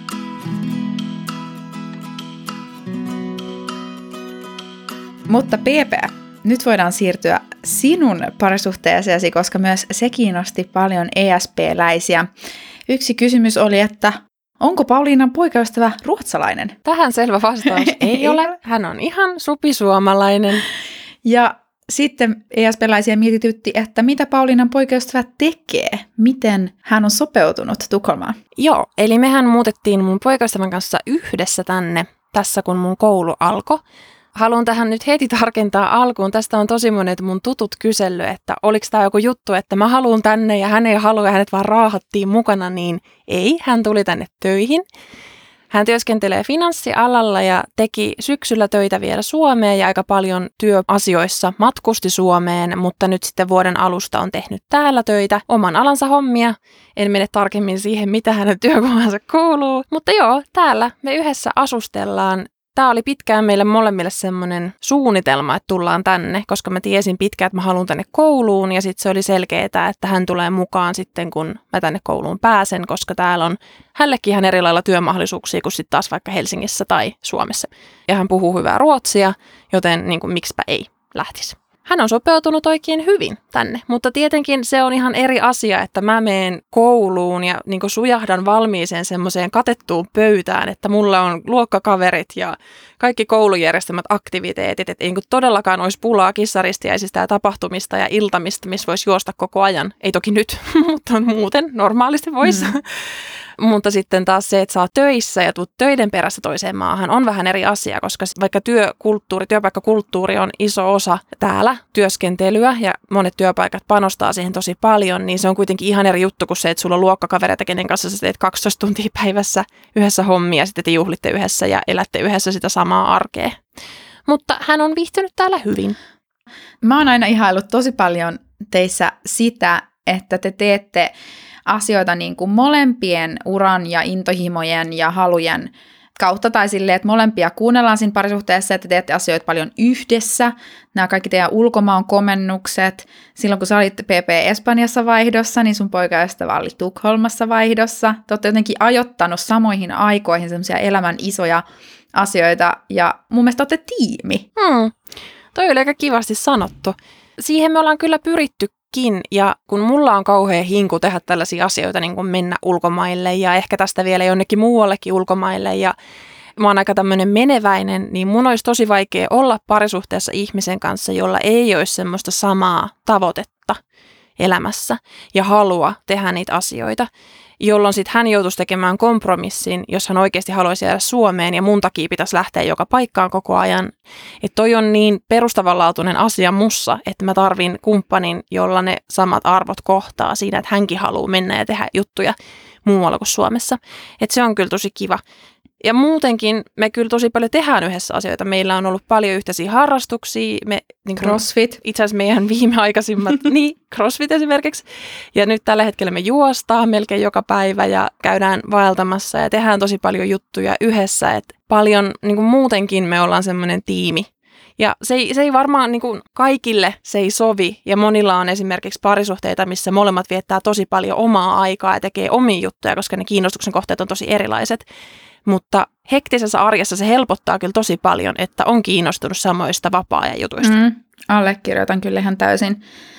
Mutta P P, nyt voidaan siirtyä sinun parisuhteeseesi, koska myös se kiinnosti paljon E S P-läisiä. Yksi kysymys oli, että onko Pauliinan poikaystävä ruotsalainen? Tähän selvä vastaus ei, ei ole. Hän on ihan supisuomalainen. Ja sitten E S P-läisiä mietitytti, että mitä Pauliinan poikaystävä tekee? Miten hän on sopeutunut Tukholmaan? Joo, eli mehän muutettiin mun poikaystävän kanssa yhdessä tänne, tässä kun mun koulu alkoi. Haluan tähän nyt heti tarkentaa alkuun. Tästä on tosi monet mun tutut kysellyt, että oliko tämä joku juttu, että mä haluan tänne ja hän ei halua ja hänet vaan raahattiin mukana, niin ei. Hän tuli tänne töihin. Hän työskentelee finanssialalla ja teki syksyllä töitä vielä Suomeen ja aika paljon työasioissa matkusti Suomeen, mutta nyt sitten vuoden alusta on tehnyt täällä töitä, oman alansa hommia. En mene tarkemmin siihen, mitä hänen työkuvansa kuuluu, mutta joo, täällä me yhdessä asustellaan. Tämä oli pitkään meille molemmille semmoinen suunnitelma, että tullaan tänne, koska mä tiesin pitkään, että mä haluan tänne kouluun ja sitten se oli selkeää, että hän tulee mukaan sitten, kun mä tänne kouluun pääsen, koska täällä on hänellekin ihan eri lailla työmahdollisuuksia kuin sitten taas vaikka Helsingissä tai Suomessa. Ja hän puhuu hyvää ruotsia, joten niin kuin, miksipä ei lähtisi. Hän on sopeutunut oikein hyvin tänne, mutta tietenkin se on ihan eri asia, että mä menen kouluun ja niin kuin sujahdan valmiiseen semmoiseen katettuun pöytään, että mulla on luokkakaverit ja kaikki koulujärjestelmät aktiviteetit, että ei niin kuin todellakaan olisi pulaa kissaristiaisista ja tapahtumista ja iltamista, missä voisi juosta koko ajan. Ei toki nyt, mutta muuten normaalisti voisi. Mm. Mutta sitten taas se, että sä oot töissä ja tuut töiden perässä toiseen maahan, on vähän eri asia, koska vaikka työkulttuuri, työpaikkakulttuuri on iso osa täällä työskentelyä ja monet työpaikat panostaa siihen tosi paljon, niin se on kuitenkin ihan eri juttu kuin se, että sulla on luokkakavereita, kenen kanssa sä teet kaksitoista tuntia päivässä yhdessä hommia ja sitten te juhlitte yhdessä ja elätte yhdessä sitä samaa arkea. Mutta hän on viihtynyt täällä hyvin. Mä oon aina ihaillut tosi paljon teissä sitä, että te teette asioita niin kuin molempien uran ja intohimojen ja halujen kautta tai silleen, että molempia kuunnellaan siinä parisuhteessa, että teette asioita paljon yhdessä. Nämä kaikki teidän ulkomaan komennukset. Silloin kun sä olit P P Espanjassa vaihdossa, niin sun poikaystävä oli Tukholmassa vaihdossa. Te olette jotenkin ajoittanut samoihin aikoihin semmoisia elämän isoja asioita ja mun mielestä olette tiimi. Hmm. Toi oli aika kivasti sanottu. Siihen me ollaan kyllä pyrittykin ja kun mulla on kauhea hinku tehdä tällaisia asioita, niin kuin mennä ulkomaille ja ehkä tästä vielä jonnekin muuallekin ulkomaille ja mä oon aika tämmöinen meneväinen, niin mun olisi tosi vaikea olla parisuhteessa ihmisen kanssa, jolla ei olisi semmoista samaa tavoitetta elämässä ja halua tehdä niitä asioita, jolloin sitten hän joutuisi tekemään kompromissin, jos hän oikeasti haluaisi jäädä Suomeen ja mun takia pitäisi lähteä joka paikkaan koko ajan. Että toi on niin perustavanlaatuinen asia mussa, että mä tarvin kumppanin, jolla ne samat arvot kohtaa siinä, että hänkin haluaa mennä ja tehdä juttuja muualla kuin Suomessa. Että se on kyllä tosi kiva. Ja muutenkin me kyllä tosi paljon tehdään yhdessä asioita. Meillä on ollut paljon yhteisiä harrastuksia. Me, niin kuin, CrossFit. Itse asiassa meidän viimeaikaisimmat, niin CrossFit esimerkiksi. Ja nyt tällä hetkellä me juostaan melkein joka päivä ja käydään vaeltamassa ja tehdään tosi paljon juttuja yhdessä. Et paljon niin kuin muutenkin me ollaan semmoinen tiimi. Ja se ei, se ei varmaan niin kuin kaikille se ei sovi. Ja monilla on esimerkiksi parisuhteita, missä molemmat viettää tosi paljon omaa aikaa ja tekee omia juttuja, koska ne kiinnostuksen kohteet on tosi erilaiset. Mutta hektisessä arjessa se helpottaa kyllä tosi paljon, että on kiinnostunut samoista vapaa-ajan jutuista. Mm, allekirjoitan kyllä ihan täysin.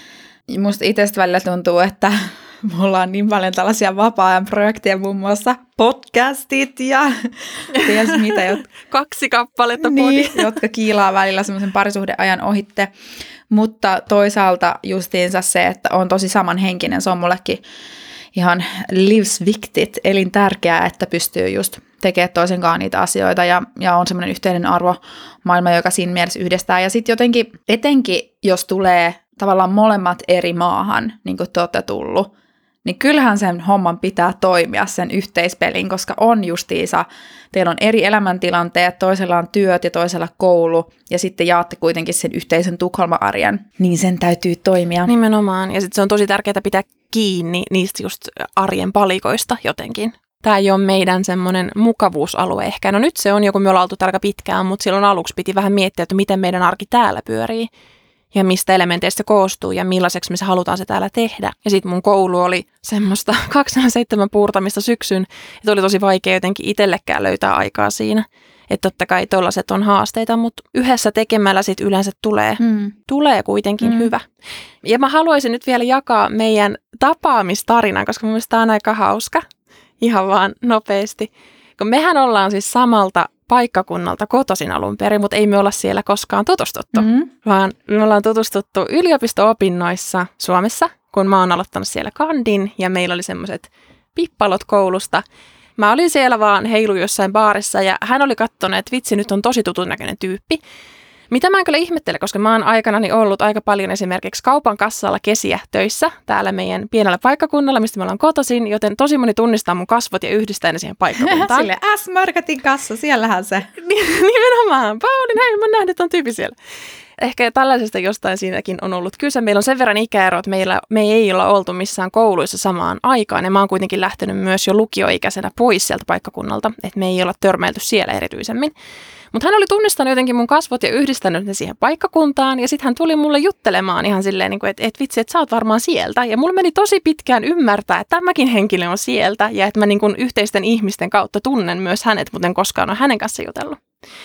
Musta itsestä välillä tuntuu, että mulla on niin paljon tällaisia vapaa-ajan projekteja, muun muassa podcastit ja ties mitä. Jot... Kaksi kappaletta niin, jotka kiilaa välillä semmoisen parisuhdeajan ohitte. Mutta toisaalta justiinsa se, että on tosi samanhenkinen, se on mullekin ihan lives viktit, elintärkeää, että pystyy just tekemään toisen kanssa niitä asioita ja, ja on semmoinen yhteinen arvomaailma, joka siinä mielessä yhdistää. Ja sitten jotenkin, etenkin jos tulee tavallaan molemmat eri maahan, niin kuin te olette tullut, niin kyllähän sen homman pitää toimia sen yhteispelin, koska on justiinsa, teillä on eri elämäntilanteet, toisella on työt ja toisella koulu, ja sitten jaatte kuitenkin sen yhteisen Tukholma-arjen, niin sen täytyy toimia. Nimenomaan, ja sitten se on tosi tärkeää pitää kiinni niistä just arjen palikoista jotenkin. Tämä ei ole meidän semmoinen mukavuusalue ehkä. No nyt se on, joku me ollaan oltu aika pitkään, mutta silloin aluksi piti vähän miettiä, että miten meidän arki täällä pyörii ja mistä elementeistä se koostuu ja millaiseksi me se halutaan se täällä tehdä. Ja sitten mun koulu oli semmoista kaksikymmentäseitsemän puurtamista syksyn, että oli tosi vaikea jotenkin itsellekään löytää aikaa siinä. Että totta kai tollaiset on haasteita, mutta yhdessä tekemällä sit yleensä tulee, mm. tulee kuitenkin mm. hyvä. Ja mä haluaisin nyt vielä jakaa meidän tapaamistarinan, koska mun mielestä tämä on aika hauska. Ihan vaan nopeasti. Kun mehän ollaan siis samalta paikkakunnalta kotoisin alun perin, mutta ei me olla siellä koskaan tutustuttu. Mm-hmm. Vaan me ollaan tutustuttu yliopisto-opinnoissa Suomessa, kun mä oon aloittanut siellä kandin ja meillä oli semmoiset pippalot koulusta. Mä olin siellä vaan heilu jossain baarissa ja hän oli katsonut, että vitsi, nyt on tosi tutun näköinen tyyppi. Mitä mä en kyllä ihmettele, koska mä oon aikanani ollut aika paljon esimerkiksi kaupan kassalla kesiä töissä täällä meidän pienellä paikkakunnalla, mistä me ollaan kotoisin, joten tosi moni tunnistaa mun kasvot ja yhdistää ne siihen paikkakuntaan. Silleen S-Marketin kassa, siellähän se. Nimenomaan. Paulin, hei, mä oon nähnyt ton tyyppi siellä. Ehkä tällaisesta jostain siinäkin on ollut kyse. Meillä on sen verran ikäero, että meillä, me ei olla oltu missään kouluissa samaan aikaan. Ja mä oon kuitenkin lähtenyt myös jo lukioikäisenä pois sieltä paikkakunnalta, että me ei olla törmäilty siellä erityisemmin. Mutta hän oli tunnistanut jotenkin mun kasvot ja yhdistänyt ne siihen paikkakuntaan. Ja sitten hän tuli mulle juttelemaan ihan silleen, että et vitsi, että sä oot varmaan sieltä. Ja mulla meni tosi pitkään ymmärtää, että tämäkin henkilö on sieltä. Ja että mä niin kun yhteisten ihmisten kautta tunnen myös hänet, mutta en koskaan ole hänen kanssa jutellut.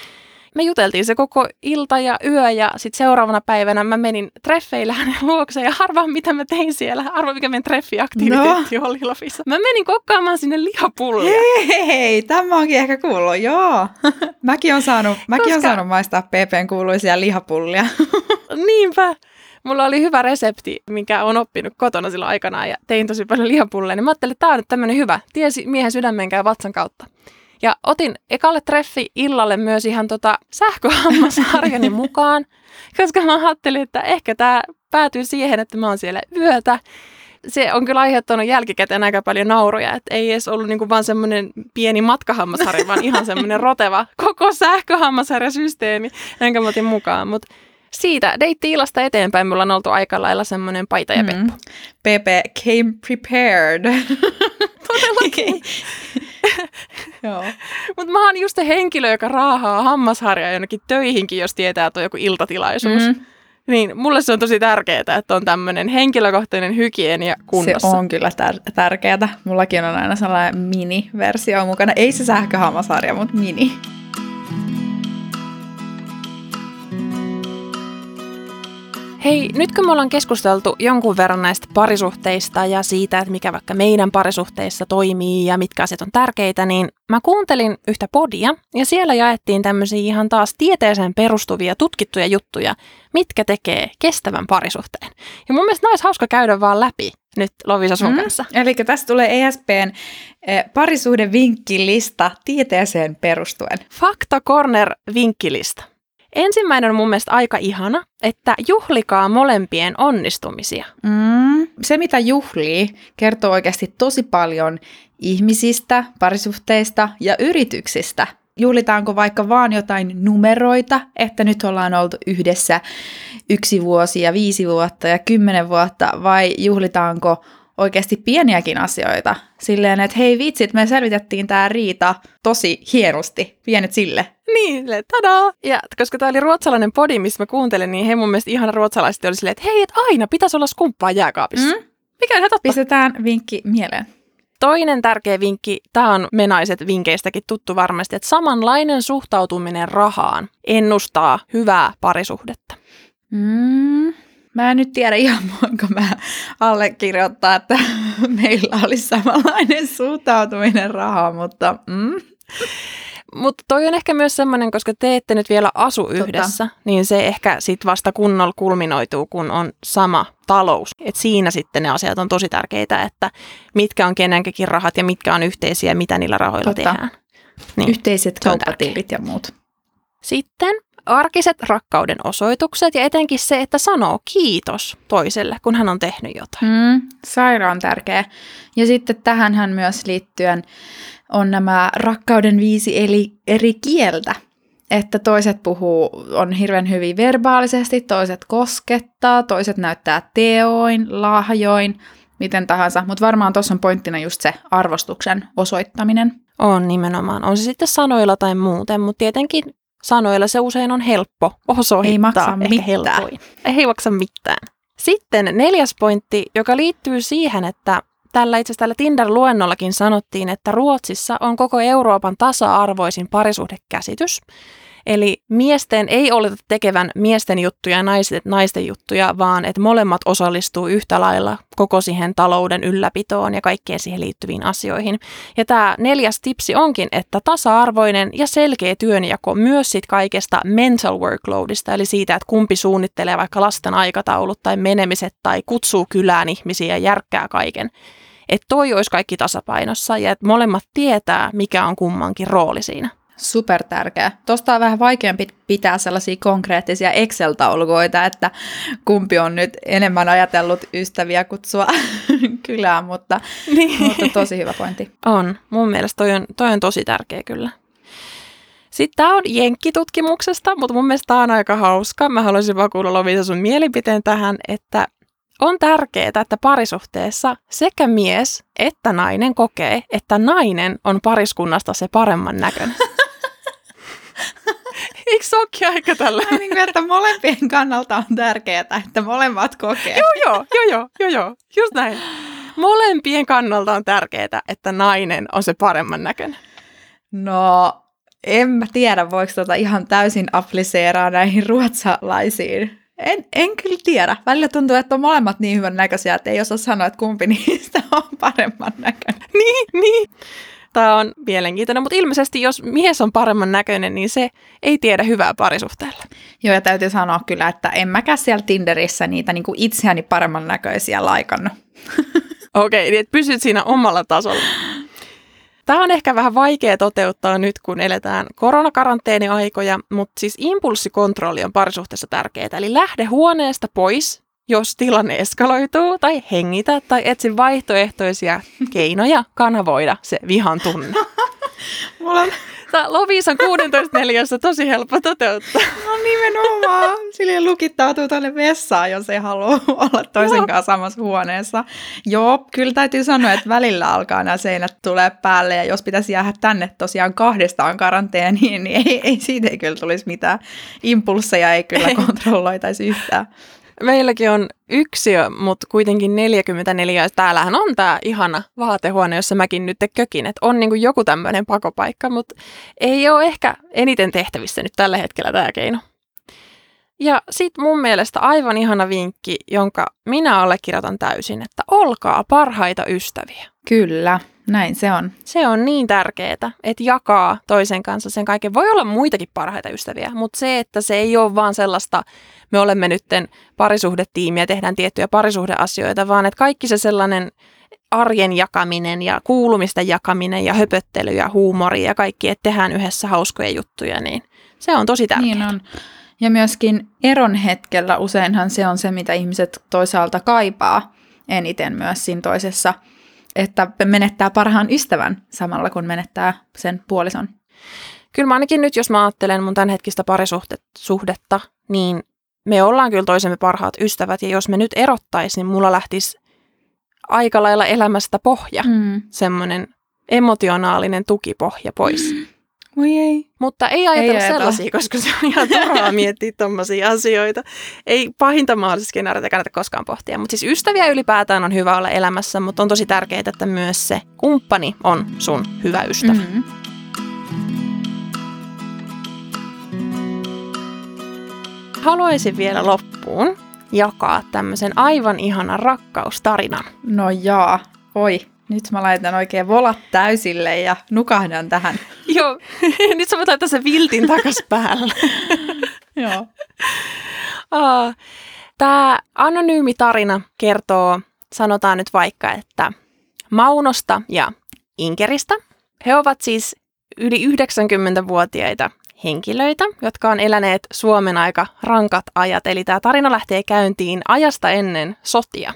Me juteltiin se koko ilta ja yö ja sitten seuraavana päivänä mä menin treffeillä hänen luokseen ja arvaa mitä mä tein siellä. Arvaa mikä meidän treffiaktiviteetti no. oli Lofissa. Mä menin kokkaamaan sinne lihapullia. Hei, hei, tämä onkin ehkä kuullut, joo. Mäkin on saanut, mäkin Koska... on saanut maistaa P P:n kuuluisia lihapullia. Niinpä. Mulla oli hyvä resepti, minkä olen oppinut kotona silloin aikanaan ja tein tosi paljon lihapulleja. Niin mä ajattelin, että tämä on nyt tämmöinen hyvä. Tiesi miehen sydämenkään ja vatsan kautta. Ja otin ekalle treffi illalle myös ihan tota sähköhammasharjani mukaan, koska mä ajattelin, että ehkä tämä päätyy siihen, että mä oon siellä yötä. Se on kyllä aiheuttanut jälkikäteen aika paljon nauroja, että ei edes ollut niinku vaan semmoinen pieni matkahammasharja, vaan ihan semmoinen roteva koko sähköhammasharjasysteemi, jonka mä otin mukaan. Mutta siitä deitti-ilasta eteenpäin mulla on oltu aika lailla semmoinen paita ja peppu. Mm. Pepe came prepared. Todellakin. Joo. Mutta mä oon just se henkilö, joka raahaa hammasharjaa jonnekin töihinkin, jos tietää, että on joku iltatilaisuus. Mm. Niin mulle se on tosi tärkeää, että on tämmöinen henkilökohtainen hygienia kunnossa. Se on kyllä tär- tärkeää. Mullakin on aina sellainen mini-versio mukana. Ei se sähköhammasharja, mutta mini. Hei, nyt kun me ollaan keskusteltu jonkun verran näistä parisuhteista ja siitä, että mikä vaikka meidän parisuhteissa toimii ja mitkä asiat on tärkeitä, niin mä kuuntelin yhtä podia ja siellä jaettiin tämmöisiä ihan taas tieteeseen perustuvia tutkittuja juttuja, mitkä tekee kestävän parisuhteen. Ja mun mielestä olisi hauska käydä vaan läpi nyt Lovisa sun mm, kanssa. Eli tästä tulee E S P:n eh, parisuhdevinkkilista tieteeseen perustuen. Fakta Corner vinkkilista. Ensimmäinen on mun mielestä aika ihana, että juhlikaa molempien onnistumisia. Mm, se, mitä juhlii, kertoo oikeasti tosi paljon ihmisistä, parisuhteista ja yrityksistä. Juhlitaanko vaikka vaan jotain numeroita, että nyt ollaan oltu yhdessä yksi vuosi ja viisi vuotta ja kymmenen vuotta, vai juhlitaanko oikeasti pieniäkin asioita silleen, että hei vitsit, me selvitettiin tää riita tosi hienosti, pienet sille. Niin, tadaa! Ja koska tämä oli ruotsalainen podi, missä mä kuuntelin, niin he mun mielestä ihana ruotsalaiset oli silleen, että hei, et aina pitäisi olla skumppaa jääkaapissa. Mm? Mikä ihan totta? Pistetään vinkki mieleen. Toinen tärkeä vinkki, tämä on me naiset vinkeistäkin tuttu varmasti, että samanlainen suhtautuminen rahaan ennustaa hyvää parisuhdetta. Mm. Mä en nyt tiedä ihan voinko mä allekirjoittaa, että meillä olisi samanlainen suhtautuminen rahaan, mutta... Mm. Mutta toi on ehkä myös semmoinen, koska te ette nyt vielä asu yhdessä, Totta. niin se ehkä sitten vasta kunnolla kulminoituu, kun on sama talous. Et siinä sitten ne asiat on tosi tärkeitä, että mitkä on kenenkäkin rahat ja mitkä on yhteisiä ja mitä niillä rahoilla Totta. tehdään. Niin, yhteiset kauppatilit ja muut. Sitten arkiset rakkauden osoitukset ja etenkin se, että sanoo kiitos toiselle, kun hän on tehnyt jotain. Mm, sairaan tärkeä. Ja sitten tähänhän myös liittyen on nämä rakkauden viisi eli eri kieltä. Että toiset puhuu, on hirveän hyvin verbaalisesti, toiset koskettaa, toiset näyttää teoin, lahjoin, miten tahansa. Mutta varmaan tuossa on pointtina just se arvostuksen osoittaminen. On nimenomaan. On se sitten sanoilla tai muuten, mutta tietenkin sanoilla se usein on helppo osoittaa. Ei maksa mitään. Ei maksa mitään. Sitten neljäs pointti, joka liittyy siihen, että tällä itse asiassa tällä Tinder-luennollakin sanottiin, että Ruotsissa on koko Euroopan tasa-arvoisin parisuhdekäsitys. Eli miesten ei oleta tekevän miesten juttuja ja naisten, naisten juttuja, vaan että molemmat osallistuu yhtä lailla koko siihen talouden ylläpitoon ja kaikkeen siihen liittyviin asioihin. Ja tämä neljäs tipsi onkin, että tasa-arvoinen ja selkeä työnjako myös siitä kaikesta mental workloadista, eli siitä, että kumpi suunnittelee vaikka lasten aikataulut tai menemiset tai kutsuu kylään ihmisiä ja järkkää kaiken. Että toi olisi kaikki tasapainossa ja että molemmat tietää, mikä on kummankin rooli siinä. Super tärkeä. Tuosta on vähän vaikeampi pitää sellaisia konkreettisia Excel-taulukoita, että kumpi on nyt enemmän ajatellut ystäviä kutsua kylään, mutta, niin. mutta tosi hyvä pointti. On. Mun mielestä toi on, toi on tosi tärkeä kyllä. Sitten tämä on jenkkitutkimuksesta, mutta mun mielestä tämä on aika hauska. Mä haluaisin vaan kuulla Lovisa sun mielipiteen tähän, että on tärkeää, että parisuhteessa sekä mies että nainen kokee, että nainen on pariskunnasta se paremman näköinen. Eikö se olekin aika tällainen? Niin kuin, että molempien kannalta on tärkeää, että molemmat kokee. Joo, joo, joo, joo, joo, joo, just näin. Molempien kannalta on tärkeää, että nainen on se paremman näköinen. No, en mä tiedä, voiko tota ihan täysin appliseeraa näihin ruotsalaisiin. En, en kyllä tiedä. Välillä tuntuu, että on molemmat niin hyvän näköisiä, että ei osaa sanoa, että kumpi niistä on paremman näköinen. Niin, niin. Tämä on mielenkiintoinen, mutta ilmeisesti jos mies on paremman näköinen, niin se ei tiedä hyvää parisuhteella. Joo, ja täytyy sanoa kyllä, että en mäkään siellä Tinderissä niitä niin kuin itseäni paremman näköisiä laikannut. Okei, okay, niin pysyt siinä omalla tasolla. Tämä on ehkä vähän vaikea toteuttaa nyt, kun eletään koronakaranteeniaikoja, mutta siis impulssikontrolli on parisuhteessa tärkeää. Eli lähde huoneesta pois, jos tilanne eskaloituu, tai hengitä, tai etsi vaihtoehtoisia keinoja kanavoida se vihan tunne. Mulla on Mutta Loviisan kuusitoista neliössä tosi helppo toteuttaa. No nimenomaan. Silleen lukittautuu tuonne vessaan, jos ei halua olla toisen kanssa samassa huoneessa. Joo, kyllä täytyy sanoa, että välillä alkaa nämä seinät tulee päälle, ja jos pitäisi jäädä tänne tosiaan kahdestaan karanteeniin, niin ei, ei siitä ei kyllä tulisi mitään. Impulsseja ei kyllä kontrolloitaisi yhtään. Meilläkin on yksiö, mutta kuitenkin neljäkymmentäneljä. Täällähän on tämä ihana vaatehuone, jossa mäkin nyt kökin. Että on niinku joku tämmöinen pakopaikka, mutta ei ole ehkä eniten tehtävissä nyt tällä hetkellä tämä keino. Ja sitten mun mielestä aivan ihana vinkki, jonka minä allekirjoitan täysin, että olkaa parhaita ystäviä. Kyllä, näin se on. Se on niin tärkeää, että jakaa toisen kanssa sen kaiken. Voi olla muitakin parhaita ystäviä, mutta se, että se ei ole vaan sellaista, me olemme nytten parisuhdetiimiä, tehdään tiettyjä parisuhdeasioita, vaan että kaikki se sellainen arjen jakaminen ja kuulumisten jakaminen ja höpöttely ja huumori ja kaikki, että tehdään yhdessä hauskoja juttuja, niin se on tosi tärkeää. Niin on. Ja myöskin eron hetkellä useinhan se on se, mitä ihmiset toisaalta kaipaa eniten myös siinä toisessa, että menettää parhaan ystävän samalla, kun menettää sen puolison. Kyllä mä ainakin nyt, jos mä ajattelen mun tämänhetkistä parisuhdetta, niin me ollaan kyllä toisemme parhaat ystävät, ja jos me nyt erottaisiin, niin mulla lähtisi aika lailla elämästä pohja, mm. semmoinen emotionaalinen tukipohja pois. Mm. Voi ei. Mutta ei ajatella ei sellaisia, ajata. Koska se on ihan turhaa miettiä tommosia asioita. Ei pahinta mahdollista skenaariota kannata koskaan pohtia. Mutta siis ystäviä ylipäätään on hyvä olla elämässä, mutta on tosi tärkeää, että myös se kumppani on sun hyvä ystävä. Mm-hmm. Haluaisin vielä loppuun jakaa tämmöisen aivan ihanan rakkaustarinan. No jaa, oi. Nyt mä laitan oikein volat täysille ja nukahdan tähän. Joo, nyt sä voit laittaa sen viltin takas päälle. Joo. Tämä anonyymi tarina kertoo, sanotaan nyt vaikka, että Maunosta ja Inkeristä. He ovat siis yli yhdeksänkymmentävuotiaita henkilöitä, jotka on eläneet Suomen aika rankat ajat. Eli tämä tarina lähtee käyntiin ajasta ennen sotia.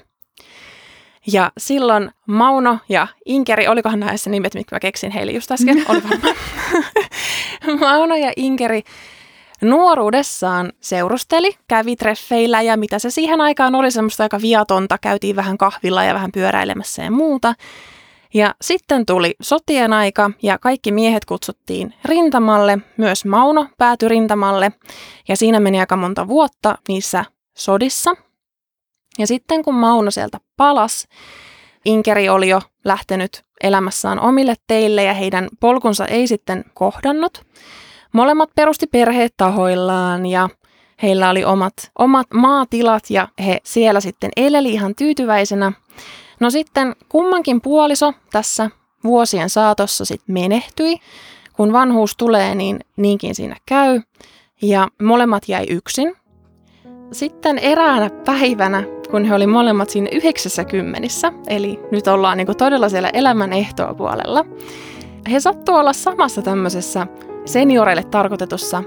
Ja silloin Mauno ja Inkeri, olikohan näissä nimet, mitkä mä keksin heille just äsken? Oli varmaan. Mauno ja Inkeri nuoruudessaan seurusteli, kävi treffeillä ja mitä se siihen aikaan oli semmoista aika viatonta. Käytiin vähän kahvilla ja vähän pyöräilemässä ja muuta. Ja sitten tuli sotien aika ja kaikki miehet kutsuttiin rintamalle. Myös Mauno päätyi rintamalle ja siinä meni aika monta vuotta niissä sodissa. Ja sitten kun Mauno sieltä palasi, Inkeri oli jo lähtenyt elämässään omille teille ja heidän polkunsa ei sitten kohdannut. Molemmat perusti perheet tahoillaan ja heillä oli omat, omat maatilat ja he siellä sitten eleli ihan tyytyväisenä. No sitten kummankin puoliso tässä vuosien saatossa sitten menehtyi. Kun vanhuus tulee, niin niinkin siinä käy ja molemmat jäi yksin. Sitten eräänä päivänä, kun he oli molemmat siinä yhdeksässä kymmenissä, eli nyt ollaan niin kuin todella siellä elämän ehtoopuolella, he sattuivat olla samassa tämmöisessä senioreille tarkoitetussa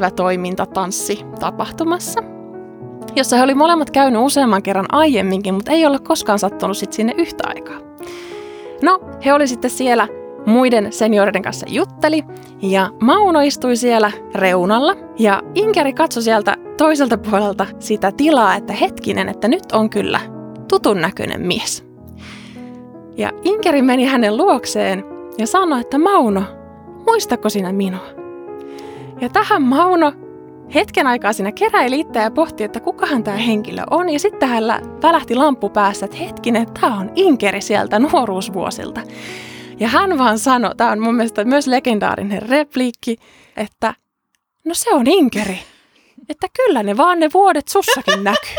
päivätoimintatanssitapahtumassa, jossa he oli molemmat käynyt useamman kerran aiemminkin, mutta ei ole koskaan sattunut sit sinne yhtä aikaa. No, he oli sitten siellä muiden senioreiden kanssa jutteli, ja Mauno istui siellä reunalla, ja Inkeri katsoi sieltä toiselta puolelta sitä tilaa, että hetkinen, että nyt on kyllä tutun näköinen mies. Ja Inkeri meni hänen luokseen ja sanoi, että Mauno, muistatko sinä minua? Ja tähän Mauno hetken aikaa siinä keräili itseä ja pohti, että kukahan tämä henkilö on. Ja sitten hänellä välähti lamppu päässä, että hetkinen, tämä on Inkeri sieltä nuoruusvuosilta. Ja hän vaan sanoi, tämä on mun mielestä myös legendaarinen repliikki, että no se on Inkeri. Että kyllä ne vaan ne vuodet sussakin näkyy.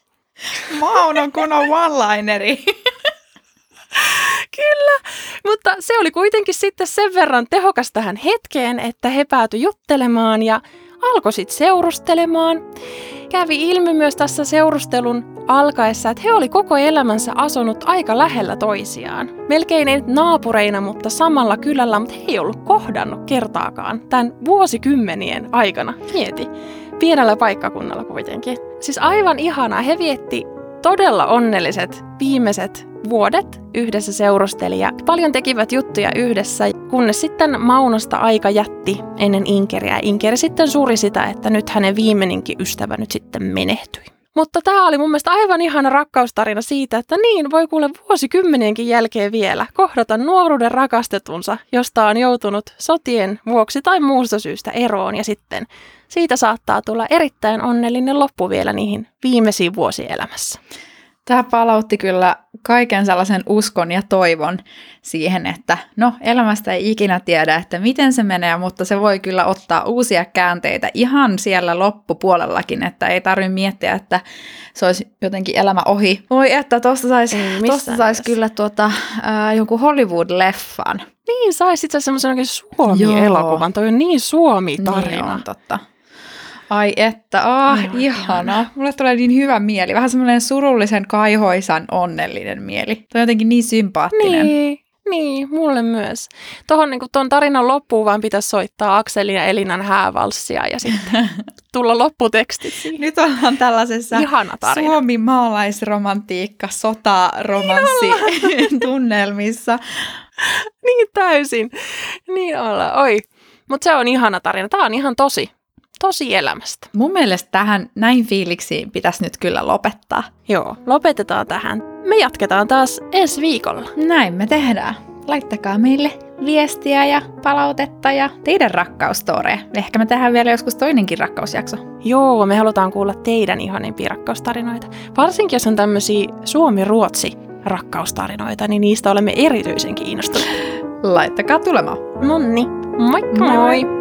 Mauno kun on one-lineri. Kyllä, mutta se oli kuitenkin sitten sen verran tehokas tähän hetkeen, että he päätyi juttelemaan ja alkoi sitten seurustelemaan. Kävi ilmi myös tässä seurustelun alkaessa, että he oli koko elämänsä asunut aika lähellä toisiaan. Melkein ei naapureina, mutta samalla kylällä, mutta he ei ollut kohdannut kertaakaan tämän vuosikymmenien aikana. Mieti, pienellä paikkakunnalla kuitenkin. Siis aivan ihanaa, he vietti todella onnelliset viimeiset vuodet yhdessä seurusteli ja paljon tekivät juttuja yhdessä, kunnes sitten Maunosta aika jätti ennen Inkeriä. Inkeri sitten suri sitä, että nyt hänen viimeinenkin ystävä nyt sitten menehtyi. Mutta tämä oli mun mielestä aivan ihana rakkaustarina siitä, että niin voi kuule vuosikymmenienkin jälkeen vielä kohdata nuoruuden rakastetunsa, josta on joutunut sotien vuoksi tai muusta syystä eroon ja sitten siitä saattaa tulla erittäin onnellinen loppu vielä niihin viimeisiin vuosien elämässä. Tämä palautti kyllä kaiken sellaisen uskon ja toivon siihen, että no elämästä ei ikinä tiedä, että miten se menee, mutta se voi kyllä ottaa uusia käänteitä ihan siellä loppupuolellakin, että ei tarvitse miettiä, että se olisi jotenkin elämä ohi. Voi että tuosta saisi sais kyllä tuota, äh, jonkun Hollywood-leffan. Niin, saisi itse asiassa semmoisen oikein Suomi-elokuvan, toi on niin Suomi-tarina. Niin on, totta. Ai että, ah, Aivan, ihana. ihana. Mulle tulee niin hyvä mieli. Vähän semmoinen surullisen, kaihoisan, onnellinen mieli. Toi on jotenkin niin sympaattinen. Niin, niin mulle myös. Tuohon niin ton tarinan loppuun vaan pitäisi soittaa Akselin ja Elinan häävalssia ja sitten tulla lopputekstit siihen. Nyt ollaan tällaisessa suomi-maalaisromantiikka, sota-romanssi tunnelmissa. Niin täysin. Niin ollaan. Oi. Mutta se on ihana tarina. Tämä on ihan tosi. Tosi elämästä. Mun mielestä tähän näin fiiliksiin pitäisi nyt kyllä lopettaa. Joo, lopetetaan tähän. Me jatketaan taas ensi viikolla. Näin me tehdään. Laittakaa meille viestiä ja palautetta ja teidän rakkaustoreja. Ehkä me tehdään vielä joskus toinenkin rakkausjakso. Joo, me halutaan kuulla teidän ihanimpia rakkaustarinoita. Varsinkin jos on tämmöisiä Suomi-Ruotsi rakkaustarinoita, niin niistä olemme erityisen kiinnostuneita. Laittakaa tulemaan. Nonni, moikka moi! moi.